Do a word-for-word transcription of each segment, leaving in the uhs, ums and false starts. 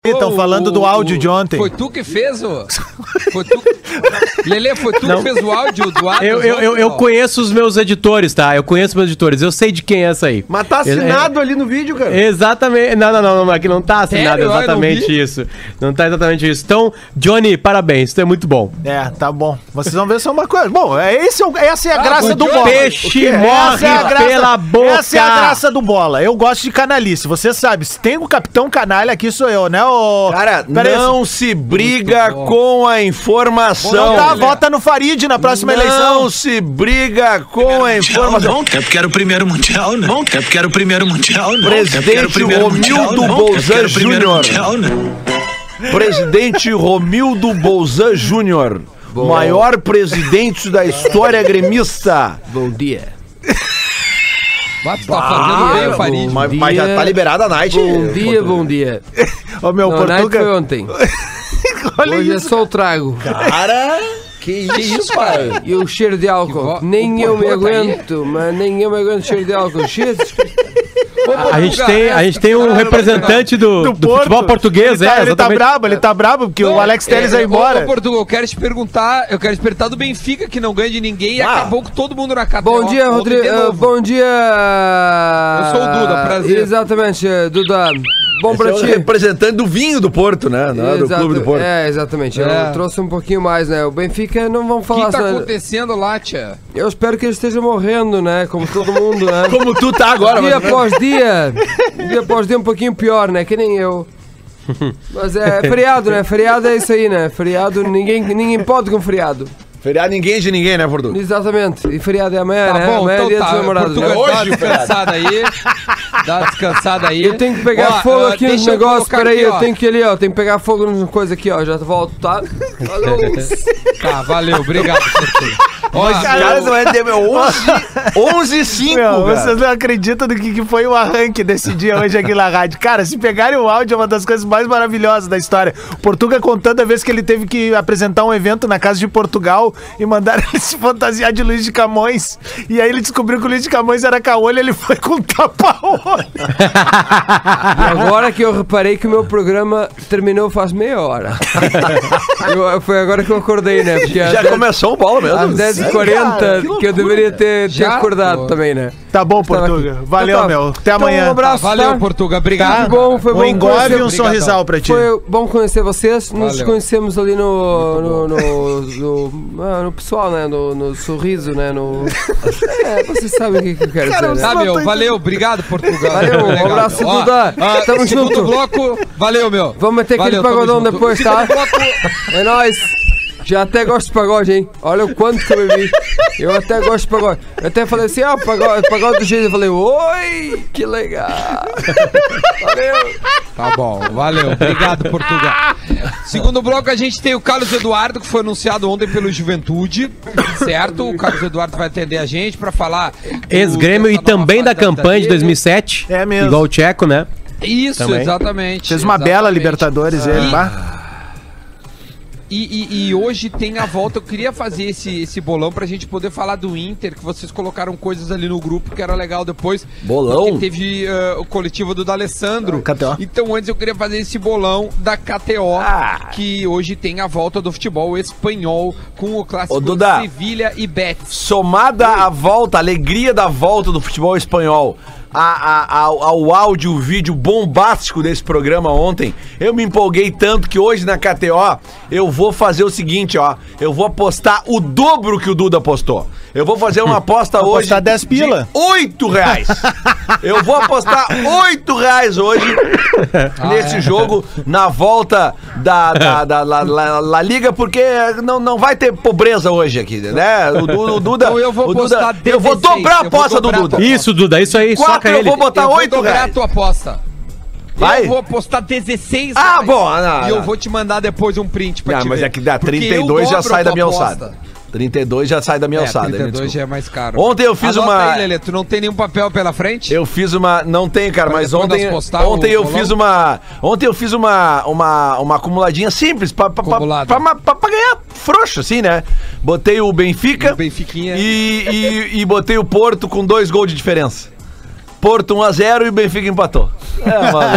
Estão falando do áudio o, de ontem. Foi tu que fez, ô? Foi tu. Lelê, foi tu Não. que fez o áudio do Atos? Eu, eu, eu, eu conheço os meus editores, tá? Eu conheço meus editores. Eu sei de quem é essa aí. Mas tá assinado é, ali no vídeo, cara. Exatamente. Não, não, não, não. Aqui não tá assinado Sério? exatamente Ai, não isso. Não tá exatamente isso. Então, Johnny, parabéns. Isso é muito bom. É, tá bom. Vocês vão ver só uma coisa. Bom, é esse, é o- essa é a Ah, graça o do Johnny- bola. Peixe Essa morre é a graça- pela boca. Essa é a graça do bola. Eu gosto de canalice. Você sabe, se tem o capitão canalha aqui, sou eu, né, ô... Cara, Pera aí, não se briga bom. com a informação. Não tá, Lelê. vota no Farid na próxima Não eleição. se briga com a informação. Não, é porque era o primeiro mundial, né? Não, é porque era o primeiro mundial, não. É porque era o Presidente primeiro mundial, Romildo não. É porque Bolzan era o primeiro Júnior. mundial, né? Presidente Romildo Bolzan Júnior. Maior presidente da história gremista. Bom dia. Mas tu tá fazendo bem, o Farid. Mas, dia. mas já tá liberada a night. Bom dia, bom dia. Ô, meu, Não, night foi Portuga... ontem. Olha Hoje é isso. só o trago. Cara, que isso, pai? E o cheiro de álcool. Que vo- Nem o eu me Portuga tá aí? aguento, mas nem eu me aguento cheiro de álcool. Jesus Cristo. A gente tem, a gente tem um representante do, do, futebol português, ele tá, é, ele tá exatamente. brabo, ele tá brabo, porque o Alex Telles vai Ô, embora. ô, Portugal, eu quero te perguntar, eu quero te perguntar do Benfica, que não ganha de ninguém e Ah. acabou com todo mundo na K T O. Bom dia, Ontem Rodrigo. de ah, novo. bom dia. Eu sou o Duda, prazer. Exatamente, Duda. Bom Esse pra é o ti. representante do vinho do Porto, né? Não é do Exato. clube do Porto. É, exatamente. É. Eu trouxe um pouquinho mais, né? O Benfica não vamos O falar que tá só- acontecendo lá, tia? Eu espero que ele esteja morrendo, né? Como todo mundo, né? Como tu tá agora, Dia mas... após dia, dia após dia um pouquinho pior, né? Que nem eu. Mas é feriado, né? Feriado é isso aí, né? Feriado, ninguém, ninguém pode com feriado. Feriar ninguém de ninguém, né, Porto? Exatamente. E feriado é amanhã, Tá né? bom, amanhã é então dia dos tá. namorados. Portugal, né? dá uma Hoje, descansada aí. Dá uma descansada aí. Eu tenho que pegar Ó, fogo ah, aqui nos deixa eu negócios, colocar peraí, aqui, eu ó. tenho que ir ali, ó. Tenho que pegar fogo nas coisas aqui, ó. Já volto, tá? Falou. Tá, valeu, obrigado, Portugal. Ó, Cara, não é de onze e cinco, Meu, cara. vocês não acreditam do que, que foi o arranque desse dia hoje aqui na rádio. Cara, se pegarem o áudio, é uma das coisas mais maravilhosas da história. O Portuga contando a vez que ele teve que apresentar um evento na casa de Portugal e mandaram ele se fantasiar de Luiz de Camões. E aí ele descobriu que o Luiz de Camões era caolho e ele foi com tapa-olho. E agora que eu reparei que o meu programa terminou faz meia hora. Eu- foi agora que eu acordei, né? Porque às Já dez- começou o bola mesmo. Às dez e Cara, quarenta, que que, eu deveria ter, ter Já? acordado Pô. também, né? Tá bom, Estava Portuga. aqui. Valeu, Então tá. meu. Até Então, amanhã. um abraço, valeu, tá? Portugal, obrigado. Foi bom, foi Um bom engove e um conhecer- Obrigadão. sorrisal pra ti. Foi bom conhecer vocês. Nos Valeu. conhecemos ali no. No, no, no, ah, no pessoal, né? No, no sorriso, né? No. É, vocês sabem o que, que eu quero Cara, dizer, Tá, né? meu, valeu, obrigado, Portugal. Valeu, um Legal, abraço, meu. Ó, Duda. ah, Tamo segundo junto. bloco, valeu, meu. Vamos meter aquele Valeu, tamo pagodão junto. depois, tá? Segundo bloco, É nóis. Já até gosto de pagode, hein? Olha o quanto que eu bebi. Eu até gosto de pagode. Eu até falei assim, ah, pagode, pagode do jeito. Eu falei, oi, que legal. Valeu. Tá bom, valeu. Obrigado, Portugal. Segundo bloco, a gente tem o Carlos Eduardo, que foi anunciado ontem pelo Juventude, certo? O Carlos Eduardo vai atender a gente pra falar... do- Ex-Grêmio e dessa nova também da fase campanha de dele. dois mil e sete. É mesmo. Igual o Tcheco, né? Isso, Também. exatamente. Fez uma exatamente. bela Libertadores, ele. E- Bah. E, e- e hoje tem a volta, eu queria fazer esse, esse bolão pra gente poder falar do Inter, que vocês colocaram coisas ali no grupo que era legal depois. Bolão? Porque teve uh, o coletivo do D'Alessandro. K T O. Então antes eu queria fazer esse bolão da K T O, Ah. que hoje tem a volta do futebol espanhol com o clássico Ô, Duda. Sevilha e Betis. Somada a volta, a alegria da volta do futebol espanhol, a, a- ao, ao áudio, vídeo bombástico desse programa ontem, eu me empolguei tanto que hoje na K T O eu vou fazer o seguinte, ó, eu vou apostar o dobro que o Duda apostou. Eu vou fazer uma aposta Vou hoje apostar dez pila. de oito reais. Eu vou apostar oito reais hoje nesse jogo, na volta da, da, da La, La- La Liga, porque não, não vai ter pobreza hoje aqui, né? O, Du- o Duda... Então eu vou o Duda- apostar eu vou dezesseis, dobrar a eu vou aposta do dobrar a Duda. tua Isso, Duda, isso aí, Quatro soca eu ele. vou botar eu vou oito dobrar reais. a tua aposta. Vai? Eu vou apostar dezesseis Ah, reais. bom, não, E eu não. vou te mandar depois um print pra Não, te mas ver. é que dá Porque trinta e eu dois já dobro sai a da tua minha aposta. alçada. trinta e dois já sai da minha É, alçada. me trinta e dois desculpa. já é mais caro. Ontem eu fiz Anota uma- aí, Lelê, tu não tem nenhum papel pela frente? Eu fiz uma. Não tem, cara, Pra mas depois ontem. nós postar Ontem o eu bolão? fiz uma. Ontem eu fiz uma. Uma, uma acumuladinha simples pra, pra, pra, Acumulada. pra, pra- pra ganhar frouxo, assim, né? Botei o Benfica. O Benfiquinha. E, e, e botei o Porto com dois gols de diferença. Porto um a zero e o Benfica empatou. É, mano.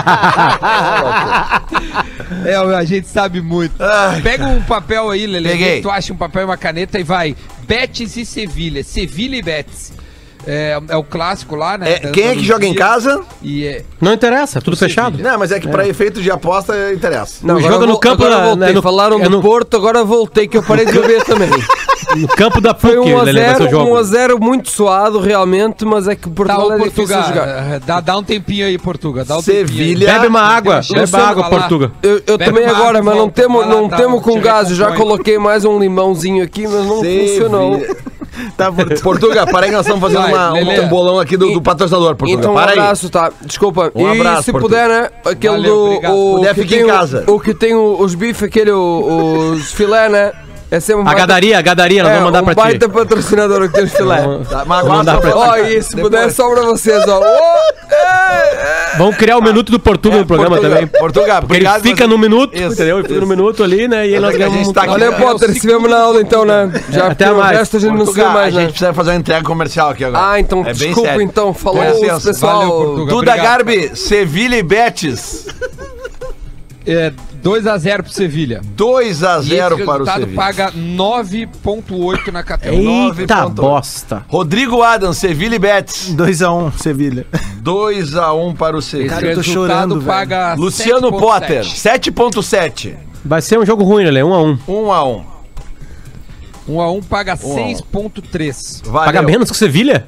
É, a gente sabe muito. Ai, Pega um papel aí, Lelê. Peguei. Tu acha um papel e uma caneta e vai. Betis e Sevilha. Sevilha e Betis. É, é o clássico lá, né? É, quem é que joga em casa? E é... Não interessa, tudo fechado. Não, mas é que pra efeito de aposta interessa. Não, O agora jogo eu no vou- campo agora eu da- voltei. né, no- Falaram é do no- Porto, agora eu voltei, que eu parei de ver também. No campo da Foi P U C, um a Lelê, vai ser o zero, um a jogo. zero muito suado realmente, mas é que o Dá Portugal o é difícil Portugal. de jogar. Dá, dá um tempinho aí, Portugal. Dá um tempinho aí. Sevilha. Bebe uma água, Luciano, bebe água, vai lá. Portuga. Eu, eu Bebe também uma agora, água, mas não volta. temos Vai lá, não dá temo um- com te gás. Eu já recompõe. coloquei mais um limãozinho aqui, mas não funcionou. Tá, Portuga. Portuga, para aí que nós estamos fazendo Vai, uma, Lelê. um bolão aqui do, do patrocinador, Portuga. Então um para aí. abraço, tá? Desculpa. Um e abraço, se Portuga. puder, né? Aquele Valeu, do. obrigado. O, Puder, que fica tem em o- casa. O, que tem o- os bifes, aquele, o- os filé, né? É sempre um A gadaria, a gadaria, nós é, vamos mandar um pra ti. baita patrocinador que tem os filé. Tá, mas Vou agora mandar só pra pra- Ó, e se puder, Depois. só pra vocês, ó. Ô, é, é. Vamos criar o minuto do Portuga no programa Portuga, também. Portuga, Porque ele obrigado, fica mas- no minuto, Isso, entendeu? Ele fica no isso. minuto ali, né? E aí Mas nós é que a ganhamos gente um tá aqui- Valeu, É o Potter, se vemos na aula então, né? Já Até porque o mais. resto a gente não se vê Portuga, mais, a né? gente precisa fazer uma entrega comercial aqui agora. Ah, então É bem desculpa sério. então. Falou, Com licença. pessoal. Valeu, Portuga. Duda Obrigado. Garbi, Sevilha e Betis. É dois a zero pro Sevilha. dois a E esse zero para o resultado Sevilha. paga nove vírgula oito na K T O. Eita ponto oito. bosta. Rodrigo Adams, Sevilha e Betis. dois a um, Sevilha. dois a um para o Esse Sevilha. Cara, eu tô resultado chorando, velho. paga Luciano sete vírgula Potter, sete. sete ponto sete. Vai ser um jogo ruim, Lelê, um a um. um a um. um a um paga um a um. seis vírgula três. Valeu. Paga menos que o Sevilha?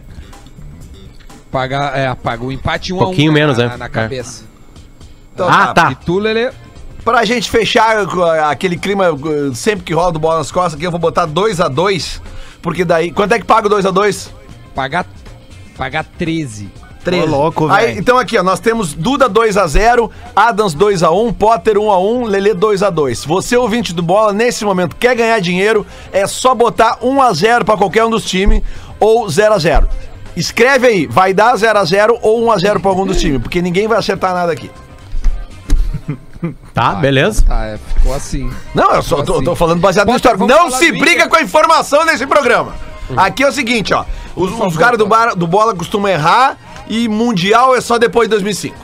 Paga, é, paga o empate um a um Pouquinho na- menos, na, né? na É. cabeça. Então Ah, tá. E tu, Lelê? Pra gente fechar com aquele clima uh, sempre que rola do bola nas costas aqui, eu vou botar dois a dois. Porque daí. Quanto é que paga o dois a dois? Paga, paga treze. treze. Ô, louco, Aí, velho. então aqui, ó, nós temos Duda dois a zero, Adams dois a um, Potter um a um, Lelê dois a dois. Você, ouvinte do Bola, nesse momento quer ganhar dinheiro, é só botar um a zero pra qualquer um dos times ou zero a zero. Escreve aí, vai dar zero a zero ou um a zero pra algum dos times, porque ninguém vai acertar nada aqui. Tá, beleza. Tá, é, ficou assim. Não, eu só tô, assim. tô falando baseado no Potter, histórico. vamos Não falar se do briga Inter. com a informação nesse programa. Aqui é o seguinte, ó. Os, os caras do, bar- do Bola costumam errar e Mundial é só depois de dois mil e cinco.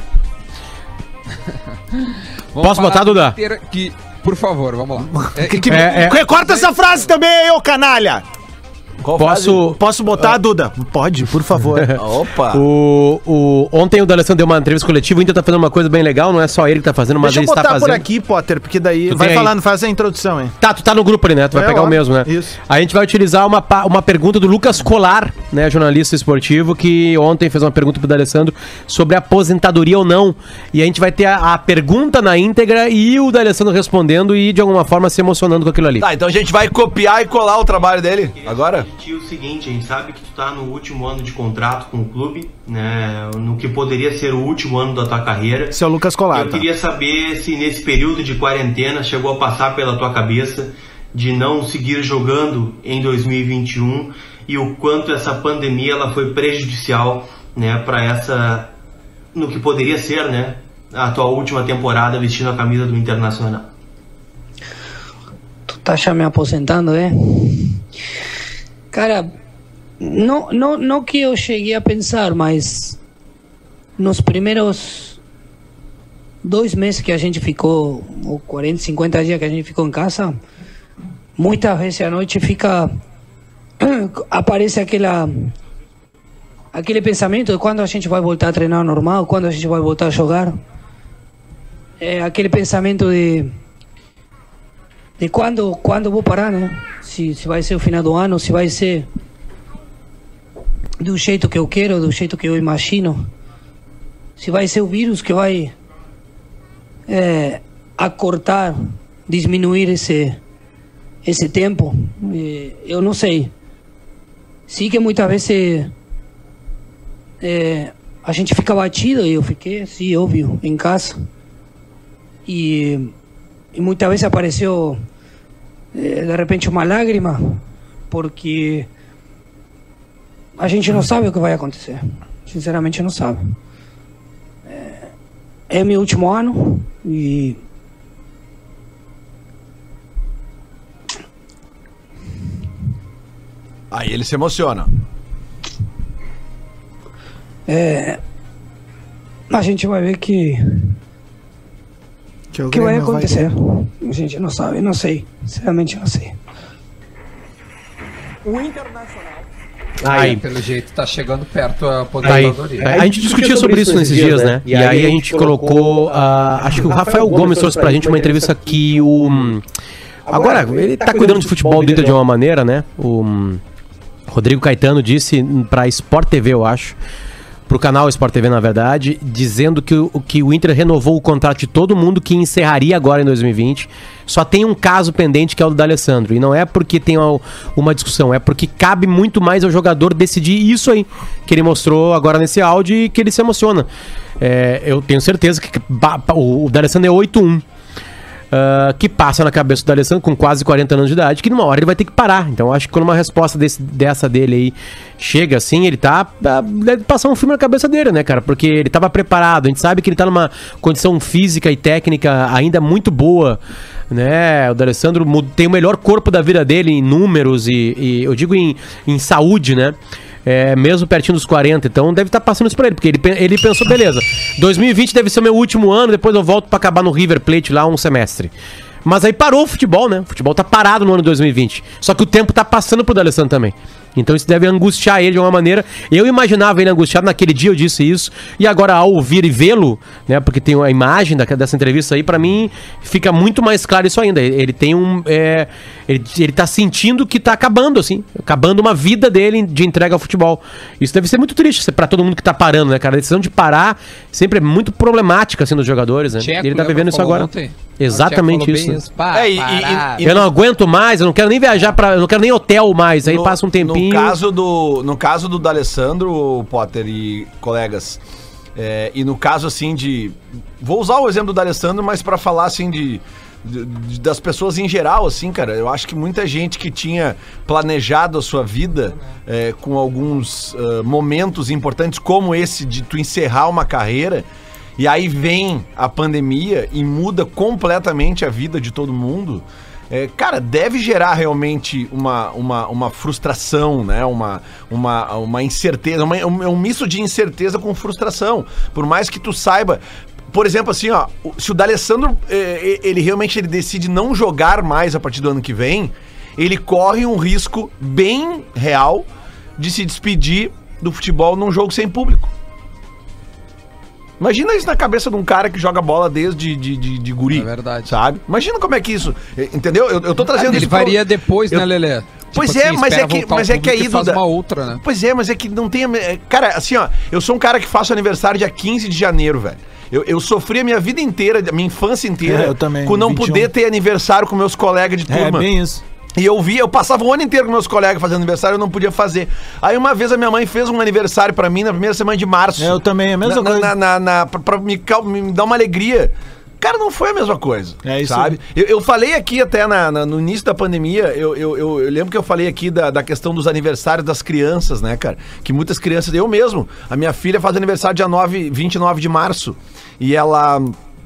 Vamos Posso falar botar, do Duda? Inter Que, por favor, vamos lá. É, Que- que- É, é. Corta essa frase também aí, ô canalha! Qual Posso. Posso botar, Duda? Pode, por favor. frase? Opa. O, o, ontem o D'Alessandro deu uma entrevista coletiva, o Inter tá fazendo uma coisa bem legal, não é só ele que tá fazendo, mas Deixa eu ele está botar fazendo. por aqui, Potter, porque daí... Tu Vai tem aí? falando, faz a introdução, hein? Tá, tu tá no grupo ali, né? Tu vai É, pegar o óbvio. mesmo, né? Isso. A gente vai utilizar uma, pa- uma pergunta do Lucas Colar, né? Jornalista esportivo, que ontem fez uma pergunta pro D'Alessandro sobre aposentadoria ou não. E a gente vai ter a, a pergunta na íntegra e o D'Alessandro respondendo e de alguma forma se emocionando com aquilo ali. Tá, então a gente vai copiar e colar o trabalho dele agora? O seguinte, a gente sabe que tu tá no último ano de contrato com o clube, né, no que poderia ser o último ano da tua carreira. Esse é o Lucas Colar, Eu tá? queria saber se nesse período de quarentena chegou a passar pela tua cabeça de não seguir jogando em dois mil e vinte e um e o quanto essa pandemia ela foi prejudicial, né, para essa, no que poderia ser, né, a tua última temporada vestindo a camisa do Internacional. Tu tá já me aposentando, é? Cara, não, não, não que eu cheguei a pensar, mas nos primeiros dois meses que a gente ficou, ou quarenta, cinquenta dias que a gente ficou em casa, muitas vezes à noite fica, aparece aquela, aquele pensamento de quando a gente vai voltar a treinar normal, quando a gente vai voltar a jogar. É aquele pensamento de de quando quando vou parar, né? Se, se vai ser o final do ano, se vai ser do jeito que eu quero, do jeito que eu imagino, se vai ser o vírus que vai é, acortar, diminuir esse esse tempo, é, eu não sei. Sim que muitas vezes é, a gente fica batido, e eu fiquei, sim, óbvio, em casa. E, e muitas vezes apareceu eh, de repente uma lágrima, porque a gente não sabe o que vai acontecer. Sinceramente não sabe. É, é meu último ano e Aí ele se emociona. É, a gente vai ver que Que, o o que vai Grêmio acontecer. A gente não sabe, não sei. Sinceramente não sei. Aí. Pelo jeito, tá chegando perto a Aí, aposentadoria. a gente discutiu sobre isso nesses dias, né? E aí a gente colocou, uh, acho que o Rafael Gomes trouxe pra gente uma entrevista que o... Agora, ele tá cuidando de futebol do Inter de uma maneira, né? O Rodrigo Caetano disse pra Sport T V, eu acho, pro canal Sport T V, na verdade, dizendo que o, que o Inter renovou o contrato de todo mundo, que encerraria agora em dois mil e vinte. Só tem um caso pendente, que é o do D'Alessandro. E não é porque tem uma, uma discussão, é porque cabe muito mais ao jogador decidir isso aí, que ele mostrou agora nesse áudio e que ele se emociona. É, eu tenho certeza que o, o D'Alessandro é oito um. Uh, que passa na cabeça do D'Alessandro com quase quarenta anos de idade, que numa hora ele vai ter que parar. Então eu acho que quando uma resposta desse, dessa dele aí chega assim, ele tá... deve passar um filme na cabeça dele, né, cara? Porque ele tava preparado, a gente sabe que ele tá numa condição física e técnica ainda muito boa, né? O D'Alessandro tem o melhor corpo da vida dele em números e, e eu digo em, em saúde, né? É, mesmo pertinho dos quarenta, então deve estar tá passando isso pra ele, porque ele, ele pensou, beleza, dois mil e vinte deve ser o meu último ano, depois eu volto pra acabar no River Plate lá um semestre. Mas aí parou o futebol, né? O futebol tá parado no ano dois mil e vinte. Só que o tempo tá passando pro D'Alessandro também. Então isso deve angustiar ele de uma maneira. Eu imaginava ele angustiado, naquele dia eu disse isso. E agora ao ouvir e vê-lo, né? Porque tem a imagem da, dessa entrevista aí, pra mim fica muito mais claro isso ainda. Ele, ele tem um... É, ele, ele tá sentindo que tá acabando, assim. Acabando uma vida dele de entrega ao futebol. Isso deve ser muito triste pra todo mundo que tá parando, né, cara? A decisão de parar sempre é muito problemática, assim, dos jogadores, né? Tcheco, e ele tá vivendo isso agora. Ontem. Exatamente isso. Né? Pá, É, e- parar. e- Eu não aguento mais, eu não quero nem viajar pra. Eu não quero nem hotel mais. Aí No- passa um tempinho. No caso do, no caso do D'Alessandro, Potter e colegas, é, e no caso assim de... Vou usar o exemplo do D'Alessandro, mas pra falar assim de, de- de- das pessoas em geral, assim, cara, eu acho que muita gente que tinha planejado a sua vida é, com alguns ah, momentos importantes, como esse de tu encerrar uma carreira, e aí vem a pandemia e muda completamente a vida de todo mundo. É, cara, deve gerar realmente uma, uma, uma frustração, né? Uma, uma, uma incerteza, uma, um, um misto de incerteza com frustração. Por mais que tu saiba... Por exemplo, assim, ó, o- se o D'Alessandro, eh, ele realmente ele decide não jogar mais a partir do ano que vem, ele corre um risco bem real de se despedir do futebol num jogo sem público. Imagina isso na cabeça de um cara que joga bola desde de, de, de guri. É verdade. Sabe? Imagina como é que isso... eh, Entendeu? Eu, eu tô trazendo Ele isso pro- varia depois, eu- né, Lelê? Pois Tipo é, assim, mas é espera que, voltar mas o é que público aí, e faz Duda... uma outra, né? Pois Pois é, mas é que não tem... a- Cara, assim, ó, eu sou um cara que faço aniversário dia quinze de janeiro, velho. Eu, eu sofri a minha vida inteira, a minha infância inteira, É, eu também, com não vinte e um. poder ter aniversário com meus colegas de É, turma. bem isso. E eu via, eu passava o ano inteiro com meus colegas fazendo aniversário, eu não podia fazer. Aí uma vez a minha mãe fez um aniversário pra mim na primeira semana de março. É, eu também, a mesma na, coisa. Na, na, na, pra, pra me, cal- me dar uma alegria. Cara, não foi a mesma coisa. É isso sabe? Eu, eu falei aqui até na, na- no início da pandemia, eu, eu, eu, eu lembro que eu falei aqui da, da questão dos aniversários das crianças, né, cara? Que muitas crianças, eu mesmo, a minha filha faz aniversário dia nove, vinte e nove de março. E ela...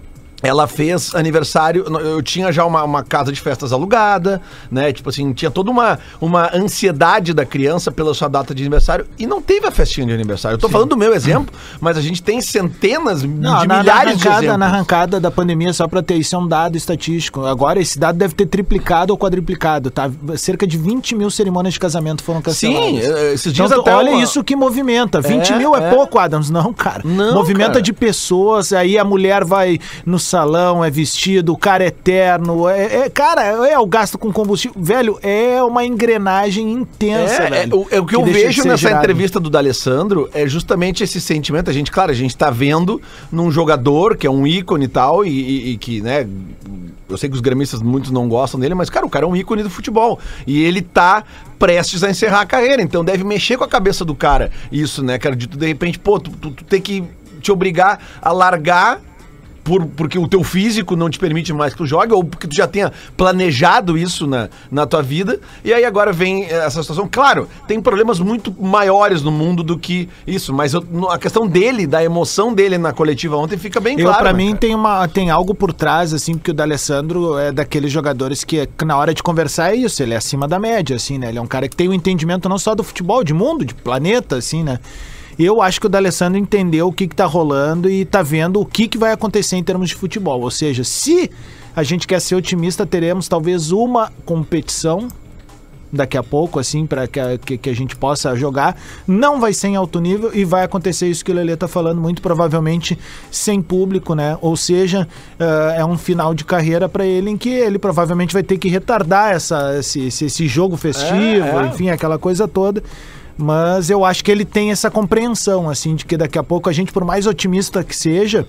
Ela fez aniversário, eu tinha já uma, uma casa de festas alugada, né? Tipo assim, tinha toda uma, uma ansiedade da criança pela sua data de aniversário e não teve a festinha de aniversário. Eu tô falando do meu exemplo, mas a gente tem centenas Não, de na, na milhares de arrancada, exemplos. na arrancada da pandemia, só pra ter isso, é um dado estatístico. Agora, esse dado deve ter triplicado ou quadriplicado, tá? Cerca de vinte mil cerimônias de casamento foram canceladas. Sim, eh, esses dias Então, tu- até olha uma- isso que movimenta. vinte É, mil é, é. pouco, Adams. Não, cara. Não, movimenta cara. de pessoas, aí a mulher vai no salão, é vestido, o cara é terno. É, é- cara, é o gasto com combustível. Velho, é uma engrenagem intensa, É, é, velho. o, é o que, eu deixa de vejo ser nessa gerado. entrevista do D'Alessandro é justamente esse sentimento. A gente, claro, a gente tá vendo num jogador que é um ícone e tal, e, e- e que, né, eu sei que os gremistas muitos não gostam dele, mas, cara, o cara é um ícone do futebol. E ele tá prestes a encerrar a carreira, então deve mexer com a cabeça do cara isso, né, cara? De tu, de repente, pô, tu, tu, tu ter que te obrigar a largar por, porque o teu físico não te permite mais que tu jogue, ou porque tu já tenha planejado isso na, na tua vida, e aí agora vem essa situação. Claro, tem problemas muito maiores no mundo do que isso, mas eu- no- a questão dele, da emoção dele na coletiva ontem fica bem Eu, claro. pra né, mim, cara? tem, uma, tem algo por trás, assim, porque o D'Alessandro é daqueles jogadores que, que na hora de conversar é isso, ele é acima da média, assim, né? Ele é um cara que tem um entendimento não só do futebol, de mundo, de planeta, assim, né? Eu acho que o D'Alessandro entendeu o que que tá rolando e tá vendo o que que vai acontecer em termos de futebol. Ou seja, se a gente quer ser otimista, teremos talvez uma competição daqui a pouco, assim, para que, que, que a gente possa jogar. Não vai ser em alto nível e vai acontecer isso que o Lelê tá falando, muito provavelmente sem público, né? Ou seja, uh, é um final de carreira para ele em que ele provavelmente vai ter que retardar essa, esse, esse, esse jogo festivo, é, é. enfim, aquela coisa toda. Mas eu acho que ele tem essa compreensão, assim, de que daqui a pouco a gente, por mais otimista que seja,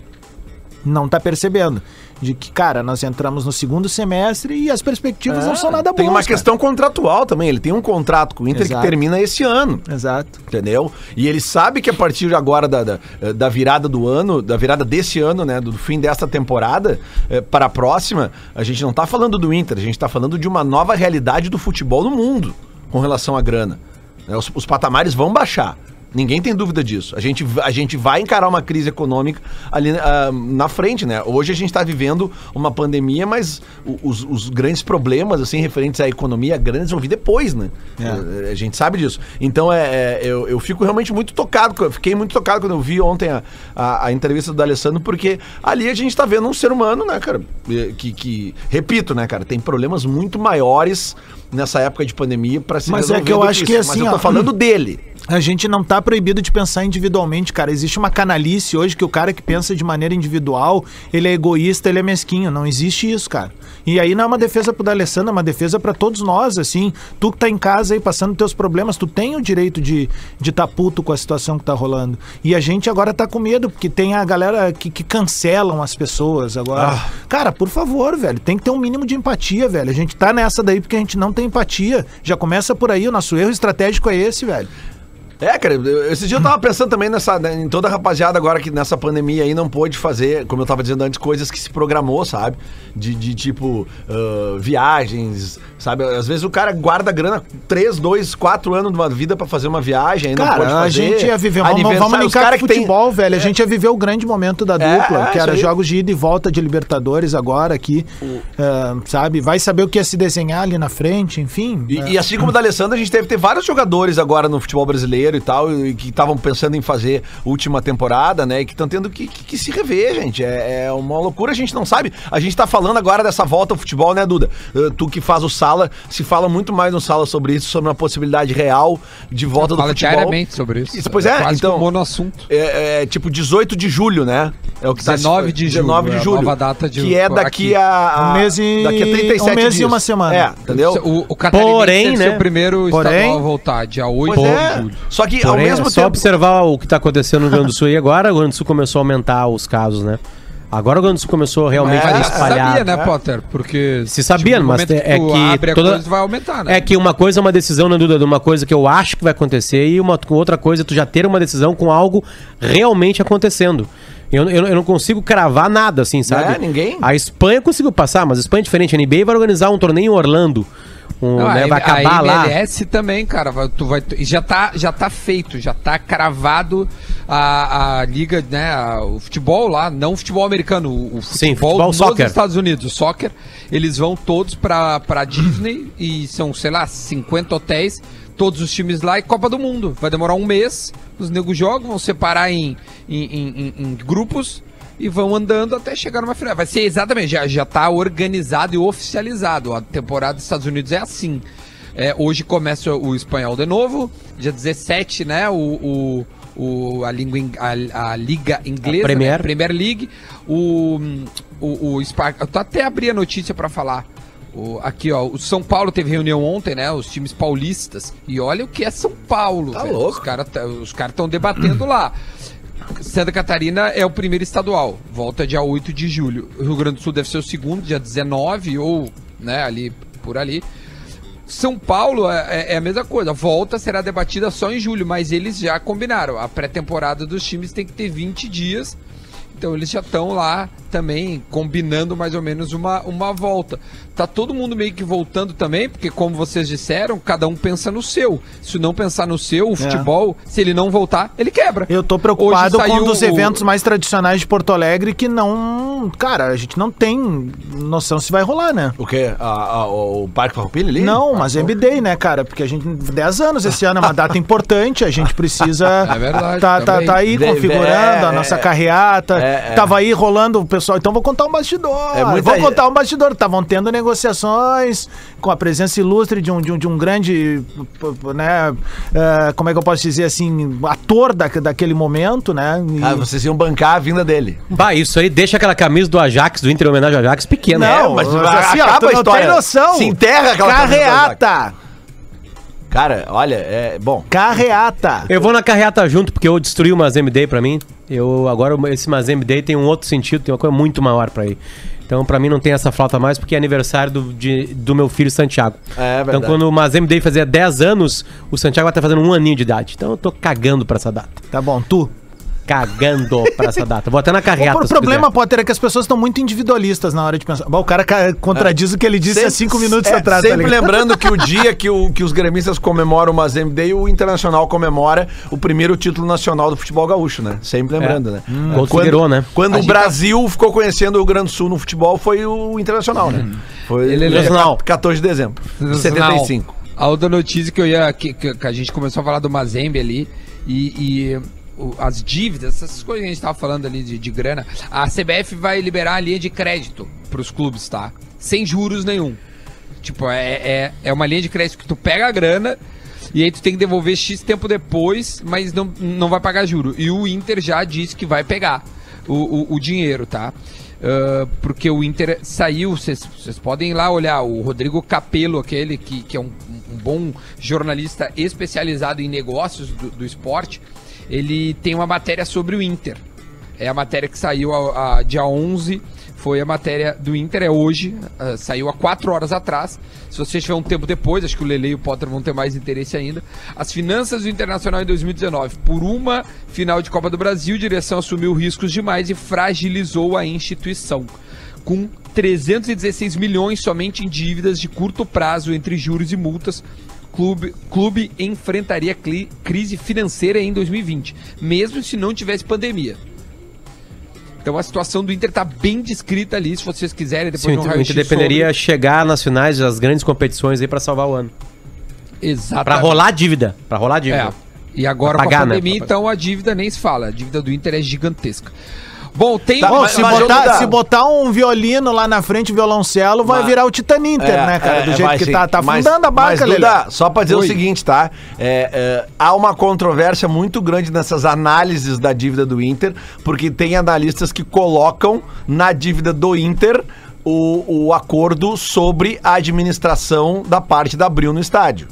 não tá percebendo. De que, cara, nós entramos no segundo semestre e as perspectivas é, não são nada boas. Tem uma cara. questão contratual também. Ele tem um contrato com o Inter Exato. que termina esse ano. Exato. Entendeu? E ele sabe que a partir de agora da, da, da virada do ano, da virada desse ano, né? Do fim desta temporada, é, para a próxima, a gente não tá falando do Inter, a gente tá falando de uma nova realidade do futebol no mundo com relação à grana. É, os, os patamares vão baixar. Ninguém tem dúvida disso. A gente, a gente vai encarar uma crise econômica ali uh, na frente, né? Hoje a gente está vivendo uma pandemia, mas os, os grandes problemas, assim, referentes à economia grandes vão vir depois, né? É. A gente sabe disso. Então, é, é, eu, eu fico realmente muito tocado, eu fiquei muito tocado quando eu vi ontem a, a, a entrevista do D'Alessandro, porque ali a gente está vendo um ser humano, né, cara? Que, que, repito, né, cara? Tem problemas muito maiores nessa época de pandemia para se mas resolver. É que eu acho que assim, mas eu tô falando dele. A gente não tá proibido de pensar individualmente, cara. Existe uma canalice hoje que o cara que pensa de maneira individual, ele é egoísta, ele é mesquinho. Não existe isso, cara. E aí não é uma defesa pro D'Alessandro, é uma defesa pra todos nós, assim. Tu que tá em casa aí passando teus problemas, tu tem o direito de de tá puto com a situação que tá rolando. E a gente agora tá com medo, porque tem a galera que, que cancelam as pessoas agora. Ah. Cara, por favor, velho, tem que ter um mínimo de empatia, velho. A gente tá nessa daí porque a gente não tem empatia. Já começa por aí, o nosso erro estratégico é esse, velho. É, cara, eu, esse dia eu tava pensando também nessa, em toda a rapaziada agora que nessa pandemia aí não pôde fazer, como eu tava dizendo antes, coisas que se programou, sabe? De, de tipo, uh, viagens, sabe? Às vezes o cara guarda grana três, dois, quatro anos de uma vida pra fazer uma viagem, aí cara, não pode fazer. A gente ia viver, vamos, vamos linkar com futebol, tem... velho. A gente ia viver o grande momento da dupla, é, é, que era jogos de ida e volta de Libertadores agora aqui, o... uh, sabe? Vai saber o que ia se desenhar ali na frente, enfim. E, é. e assim como o D'Alessandro, a gente deve ter vários jogadores agora no futebol brasileiro e tal, e que estavam pensando em fazer última temporada, né, e que estão tendo que, que, que se rever, gente, é, é uma loucura, a gente não sabe, a gente tá falando agora dessa volta ao futebol, né, Duda? Uh, tu que faz o Sala, se fala muito mais no Sala sobre isso, sobre uma possibilidade real de volta do futebol. Fala diariamente sobre isso. isso pois é, é quase então, como no assunto. É, é tipo dezoito de julho, né? É o que dezenove de julho, dezenove de julho, nova data de que é daqui a, a um mês e daqui a trinta e sete um mês dias. E uma semana. É, entendeu? O, o Catarinense Porém, deve né? ser o primeiro Porém, estadual a voltar, dia oito é. de julho. Só que Porém, ao mesmo é só tempo observar o que está acontecendo no Rio Grande do Sul e agora o Rio Grande do Sul começou a aumentar os casos, né? Agora o Rio Grande do Sul começou realmente É, a Mas espalhar. sabia, né, Potter? Porque Se sabia, no mas momento é tu que abre a toda- coisa, vai aumentar, né? É que uma coisa é uma decisão, né, Duda, de uma coisa que eu acho que vai acontecer e uma outra coisa é tu já ter uma decisão com algo realmente acontecendo. Eu, eu, eu não consigo cravar nada, assim, sabe? É, ninguém. A Espanha conseguiu passar, mas a Espanha é diferente. A N B A vai organizar um torneio em Orlando. Um, Não, né, a, vai acabar a lá. M L S também, cara, vai, tu vai, e já tá, já tá feito, já tá cravado a, a liga, né, a- o futebol lá, não o futebol americano, o, o Sim, futebol, futebol, nos soccer. Estados Unidos, o soccer, eles vão todos pra, pra Disney e são, sei lá, cinquenta hotéis, todos os times lá e Copa do Mundo. Vai demorar um mês, os negros jogam, vão separar em, em, em, em- em grupos e vão andando até chegar numa final. Vai ser exatamente, já, já tá organizado e oficializado. A temporada dos Estados Unidos é assim. É, hoje começa o espanhol de novo, dia dezessete, né? O, o, o, a, língua, in- a, a Liga Inglesa, A Premier. né? A Premier League. O, o, o Spark, eu tô até abri a notícia pra falar. O, aqui, ó, o São Paulo teve reunião ontem, né? Os times paulistas. E olha o que é São Paulo, Tá velho. louco. Os caras os cara estão debatendo lá. Santa Catarina é o primeiro estadual, volta dia oito de julho. O Rio Grande do Sul deve ser o segundo, dia dezenove, ou, né, ali, por ali. São Paulo é, é a mesma coisa, volta será debatida só em julho, mas eles já combinaram. A pré-temporada dos times tem que ter vinte dias, então eles já estão lá também combinando mais ou menos uma, uma volta. Tá todo mundo meio que voltando também, porque como vocês disseram, cada um pensa no seu. Se não pensar no seu, o futebol, é. se ele não voltar, ele quebra. Eu tô preocupado com um dos eventos mais tradicionais de Porto Alegre que não... Cara, a gente não tem noção se vai rolar, né? O quê? A, a, o Parque Farroupilha ali? Não, mas M D, né, cara? Porque a gente... dez anos esse ano é uma data importante, a gente precisa... É verdade. Tá, tá, tá aí Deve, configurando é, a nossa é, carreata. É, é. Tava aí rolando o pessoal. Então vou contar um bastidor. É muita... Vou contar um bastidor. Estavam tendo negociações com a presença ilustre de um, de um, de um grande, né, uh, como é que eu posso dizer assim, ator da, daquele momento, né? E... Ah, vocês iam bancar a vinda dele. Bah, isso aí deixa aquela camisa do Ajax, do Inter em homenagem ao Ajax, pequena. Não, é, mas, mas assim, acaba ó, a história. Não tem noção. Se enterra aquela carreata. Cara, olha, é bom. Carreata. Eu vou na carreata junto, porque eu destruí o Mazembe Day pra mim. Eu, agora esse Mazembe Day tem um outro sentido, tem uma coisa muito maior pra ir. Então, pra mim, não tem essa flauta mais, porque é aniversário do, de, do meu filho Santiago. É, é verdade. Então, quando o Mazembe Day fazia dez anos, o Santiago vai estar fazendo um aninho de idade. Então, eu tô cagando pra essa data. Tá bom, tu? Cagando pra essa data. Vou até na carreata. O problema, Potter, é que as pessoas estão muito individualistas na hora de pensar. Bom, o cara contradiz é. o que ele disse sempre, há cinco minutos é, atrás. Sempre tá lembrando que o dia que, o, que os gremistas comemoram o Mazembe Day, o Internacional comemora o primeiro título nacional do futebol gaúcho, né? Sempre lembrando, é. né? Hum, quando Figueiró, né? Quando o Brasil tá... ficou conhecendo o Rio Grande do Sul no futebol, foi o Internacional, né? Foi ele é quatorze de dezembro de setenta e cinco. A outra notícia que eu ia... Que, que, que a gente começou a falar do Mazembe ali e... e... as dívidas, essas coisas que a gente tava falando ali de, de grana, a C B F vai liberar a linha de crédito pros clubes, tá? Sem juros nenhum. Tipo, é, é, é uma linha de crédito que tu pega a grana e aí tu tem que devolver X tempo depois, mas não, não vai pagar juro. E o Inter já disse que vai pegar o, o, o dinheiro, tá? Uh, porque o Inter saiu, vocês podem ir lá olhar, o Rodrigo Capello, aquele que, que é um, um bom jornalista especializado em negócios do, do esporte, ele tem uma matéria sobre o Inter. É a matéria que saiu a, a dia onze, foi a matéria do Inter, é hoje, uh, saiu há quatro horas atrás. Se você tiver um tempo depois, acho que o Lele e o Potter vão ter mais interesse ainda. As finanças do Internacional em dois mil e dezenove. Por uma final de Copa do Brasil, a direção assumiu riscos demais e fragilizou a instituição, com trezentos e dezesseis milhões somente em dívidas de curto prazo entre juros e multas. Clube, clube enfrentaria cli, crise financeira em dois mil e vinte, mesmo se não tivesse pandemia. Então a situação do Inter tá bem descrita ali, se vocês quiserem depois. Sim, o Inter dependeria sobre... chegar nas finais das grandes competições aí para salvar o ano. Exatamente. Para rolar a dívida, para rolar a dívida. É. E agora pagar, com a pandemia, né? Então a dívida nem se fala, a dívida do Inter é gigantesca. Bom, tem... Tá, Bom, se, botar, se botar um violino lá na frente, violoncelo, vai mas, virar o Titã Inter, é, né, cara? É, do jeito que sim. tá, tá mas, afundando a barca, Lelê. Só pra dizer Oi. o seguinte, tá? É, é, há uma controvérsia muito grande nessas análises da dívida do Inter, porque tem analistas que colocam na dívida do Inter o, o acordo sobre a administração da parte da Abril no estádio.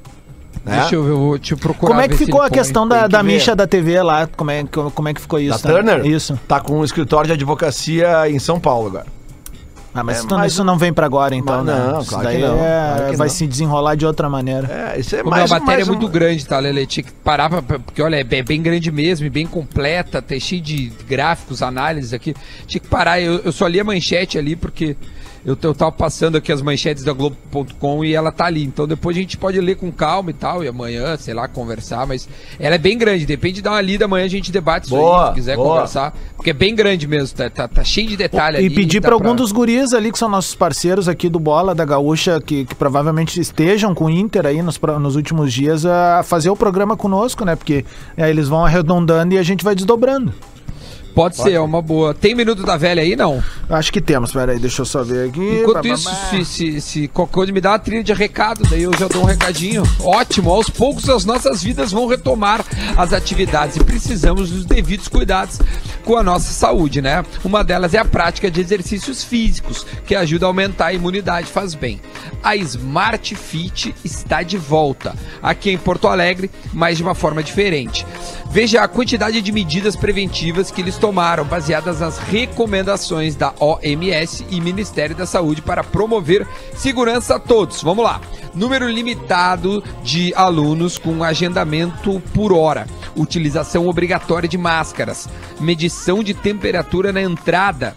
Né? Deixa eu ver, eu vou te procurar. Como é que ficou a questão da, da micha da T V lá? Como é, como é que ficou isso? Da Turner? Isso. Tá com um escritório de advocacia em São Paulo agora. Ah, mas, é, isso, mas isso não vem pra agora, então, mas né? Não, isso claro daí que não. É, Claro que vai não. se desenrolar de outra maneira. É, isso é Como mais a matéria mais é muito um... grande, tá, Lelê? Tinha que parar, pra, porque olha, é bem, bem grande mesmo, e bem completa, tem cheio de gráficos, análises aqui. Tinha que parar, eu, eu só li a manchete ali, porque eu, eu tava passando aqui as manchetes da Globo ponto com e ela tá ali. Então depois a gente pode ler com calma e tal, e amanhã, sei lá, conversar, mas ela é bem grande, depende de dar uma lida, amanhã a gente debate isso boa, aí, se quiser boa. conversar, porque é bem grande mesmo, tá, tá, tá cheio de detalhe ali. E pedir tá pra algum pra... dos guris ali, que são nossos parceiros aqui do Bola, da Gaúcha, que, que provavelmente estejam com o Inter aí nos, nos últimos dias, a fazer o programa conosco, né? Porque aí eles vão arredondando e a gente vai desdobrando. Pode, Pode ser, é uma boa. Tem Minuto da Velha aí, não? Acho que temos, peraí, deixa eu só ver aqui. Enquanto isso, se, se, se qualquer coisa me dá uma trilha de recado, daí eu já dou um recadinho. Ótimo, aos poucos as nossas vidas vão retomar as atividades e precisamos dos devidos cuidados com a nossa saúde, né? Uma delas é a prática de exercícios físicos, que ajuda a aumentar a imunidade, faz bem. A Smart Fit está de volta, aqui em Porto Alegre, mas de uma forma diferente. Veja a quantidade de medidas preventivas que eles tomaram, baseadas nas recomendações da O M S e Ministério da Saúde para promover segurança a todos. Vamos lá. Número limitado de alunos com agendamento por hora. Utilização obrigatória de máscaras. Medição de temperatura na entrada.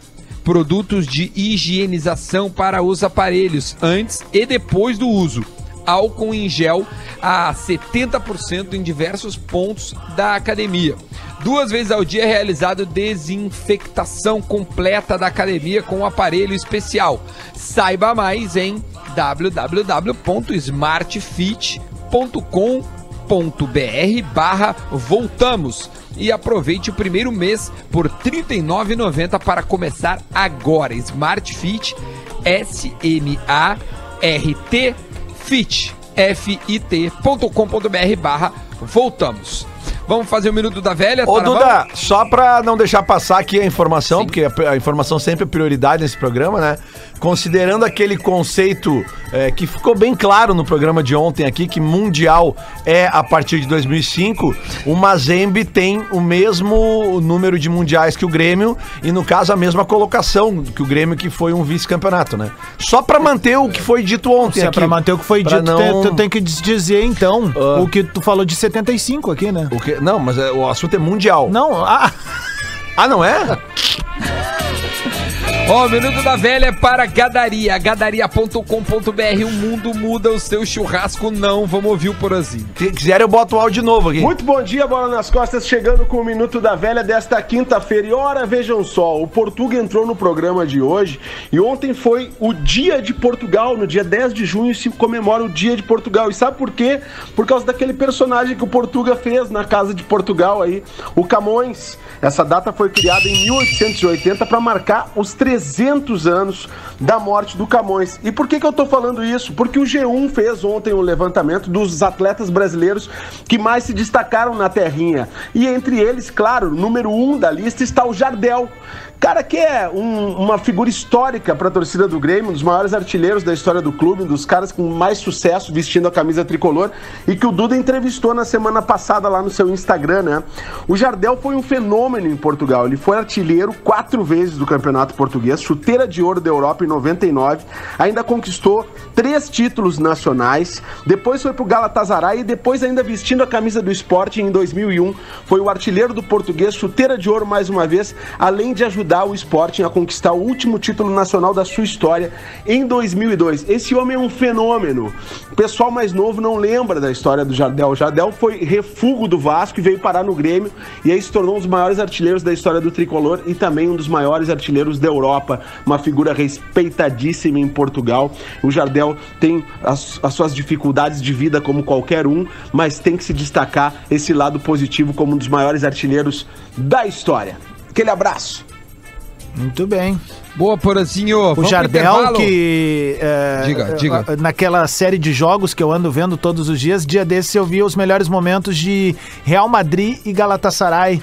produtos de higienização para os aparelhos, antes e depois do uso. Álcool em gel a setenta por cento em diversos pontos da academia. Duas vezes ao dia é realizado desinfectação completa da academia com um aparelho especial. Saiba mais em w w w ponto smartfit ponto com ponto b r barra voltamos e aproveite o primeiro mês por trinta e nove reais e noventa centavos para começar agora. Smartfit, S M A R T Fit, F I T ponto com ponto b r barra voltamos. Vamos fazer o Minuto da Velha? Ô, tá Duda, só pra não deixar passar aqui a informação, Sim. porque a, a informação sempre é prioridade nesse programa, né? Considerando aquele conceito é, que ficou bem claro no programa de ontem aqui, que Mundial é a partir de dois mil e cinco, o Mazembe tem o mesmo número de mundiais que o Grêmio e, no caso, a mesma colocação que o Grêmio, que foi um vice-campeonato, né? Só pra manter o que foi dito ontem Se é aqui. pra manter o que foi Pra dito, não- tu tem que dizer, então, Ah. o que tu falou de setenta e cinco aqui, né? O quê? Não, mas é, o assunto é Mundial. Não, ah, Ah, não é? Ó, o Minuto da Velha é para Gadaria, gadaria ponto com ponto b r. O mundo muda, o seu churrasco não. Vamos ouvir o Porazinho. Se quiser, eu boto o áudio de novo aqui. Muito bom dia, Bola nas Costas, chegando com o Minuto da Velha desta quinta-feira. E ora, vejam só, o Portuga entrou no programa de hoje e ontem foi o Dia de Portugal. No dia dez de junho se comemora o Dia de Portugal. E sabe por quê? Por causa daquele personagem que o Portuga fez na Casa de Portugal aí, o Camões. Essa data foi criada em mil oitocentos e oitenta para marcar os trezentos anos da morte do Camões. E por que que eu tô falando isso? Porque o G um fez ontem um levantamento dos atletas brasileiros que mais se destacaram na terrinha. E entre eles, claro, número um da lista está o Jardel. Cara que é um- uma figura histórica para a torcida do Grêmio, um dos maiores artilheiros da história do clube, um dos caras com mais sucesso vestindo a camisa tricolor e que o Duda entrevistou na semana passada lá no seu Instagram, né? O Jardel foi um fenômeno em Portugal, ele foi artilheiro quatro vezes do Campeonato Português, chuteira de ouro da Europa em noventa e nove, ainda conquistou três títulos nacionais, depois foi pro Galatasaray e depois ainda vestindo a camisa do Sporting em dois mil e um, foi o artilheiro do Português, chuteira de ouro mais uma vez, além de ajudar o Sporting a conquistar o último título nacional da sua história em dois mil e dois. Esse homem é um fenômeno. O pessoal mais novo não lembra da história do Jardel. O Jardel foi refúgio do Vasco e veio parar no Grêmio e aí se tornou um dos maiores artilheiros da história do tricolor e também um dos maiores artilheiros da Europa, uma figura respeitadíssima em Portugal. O Jardel tem as, as suas dificuldades de vida como qualquer um, mas tem que se destacar esse lado positivo como um dos maiores artilheiros da história. Aquele abraço. muito bem. Boa, Porazinho. O Vamos pro Jardel, intervalo? que é, Diga, é, diga. naquela série de jogos que eu ando vendo todos os dias, dia desses eu vi os melhores momentos de Real Madrid e Galatasaray.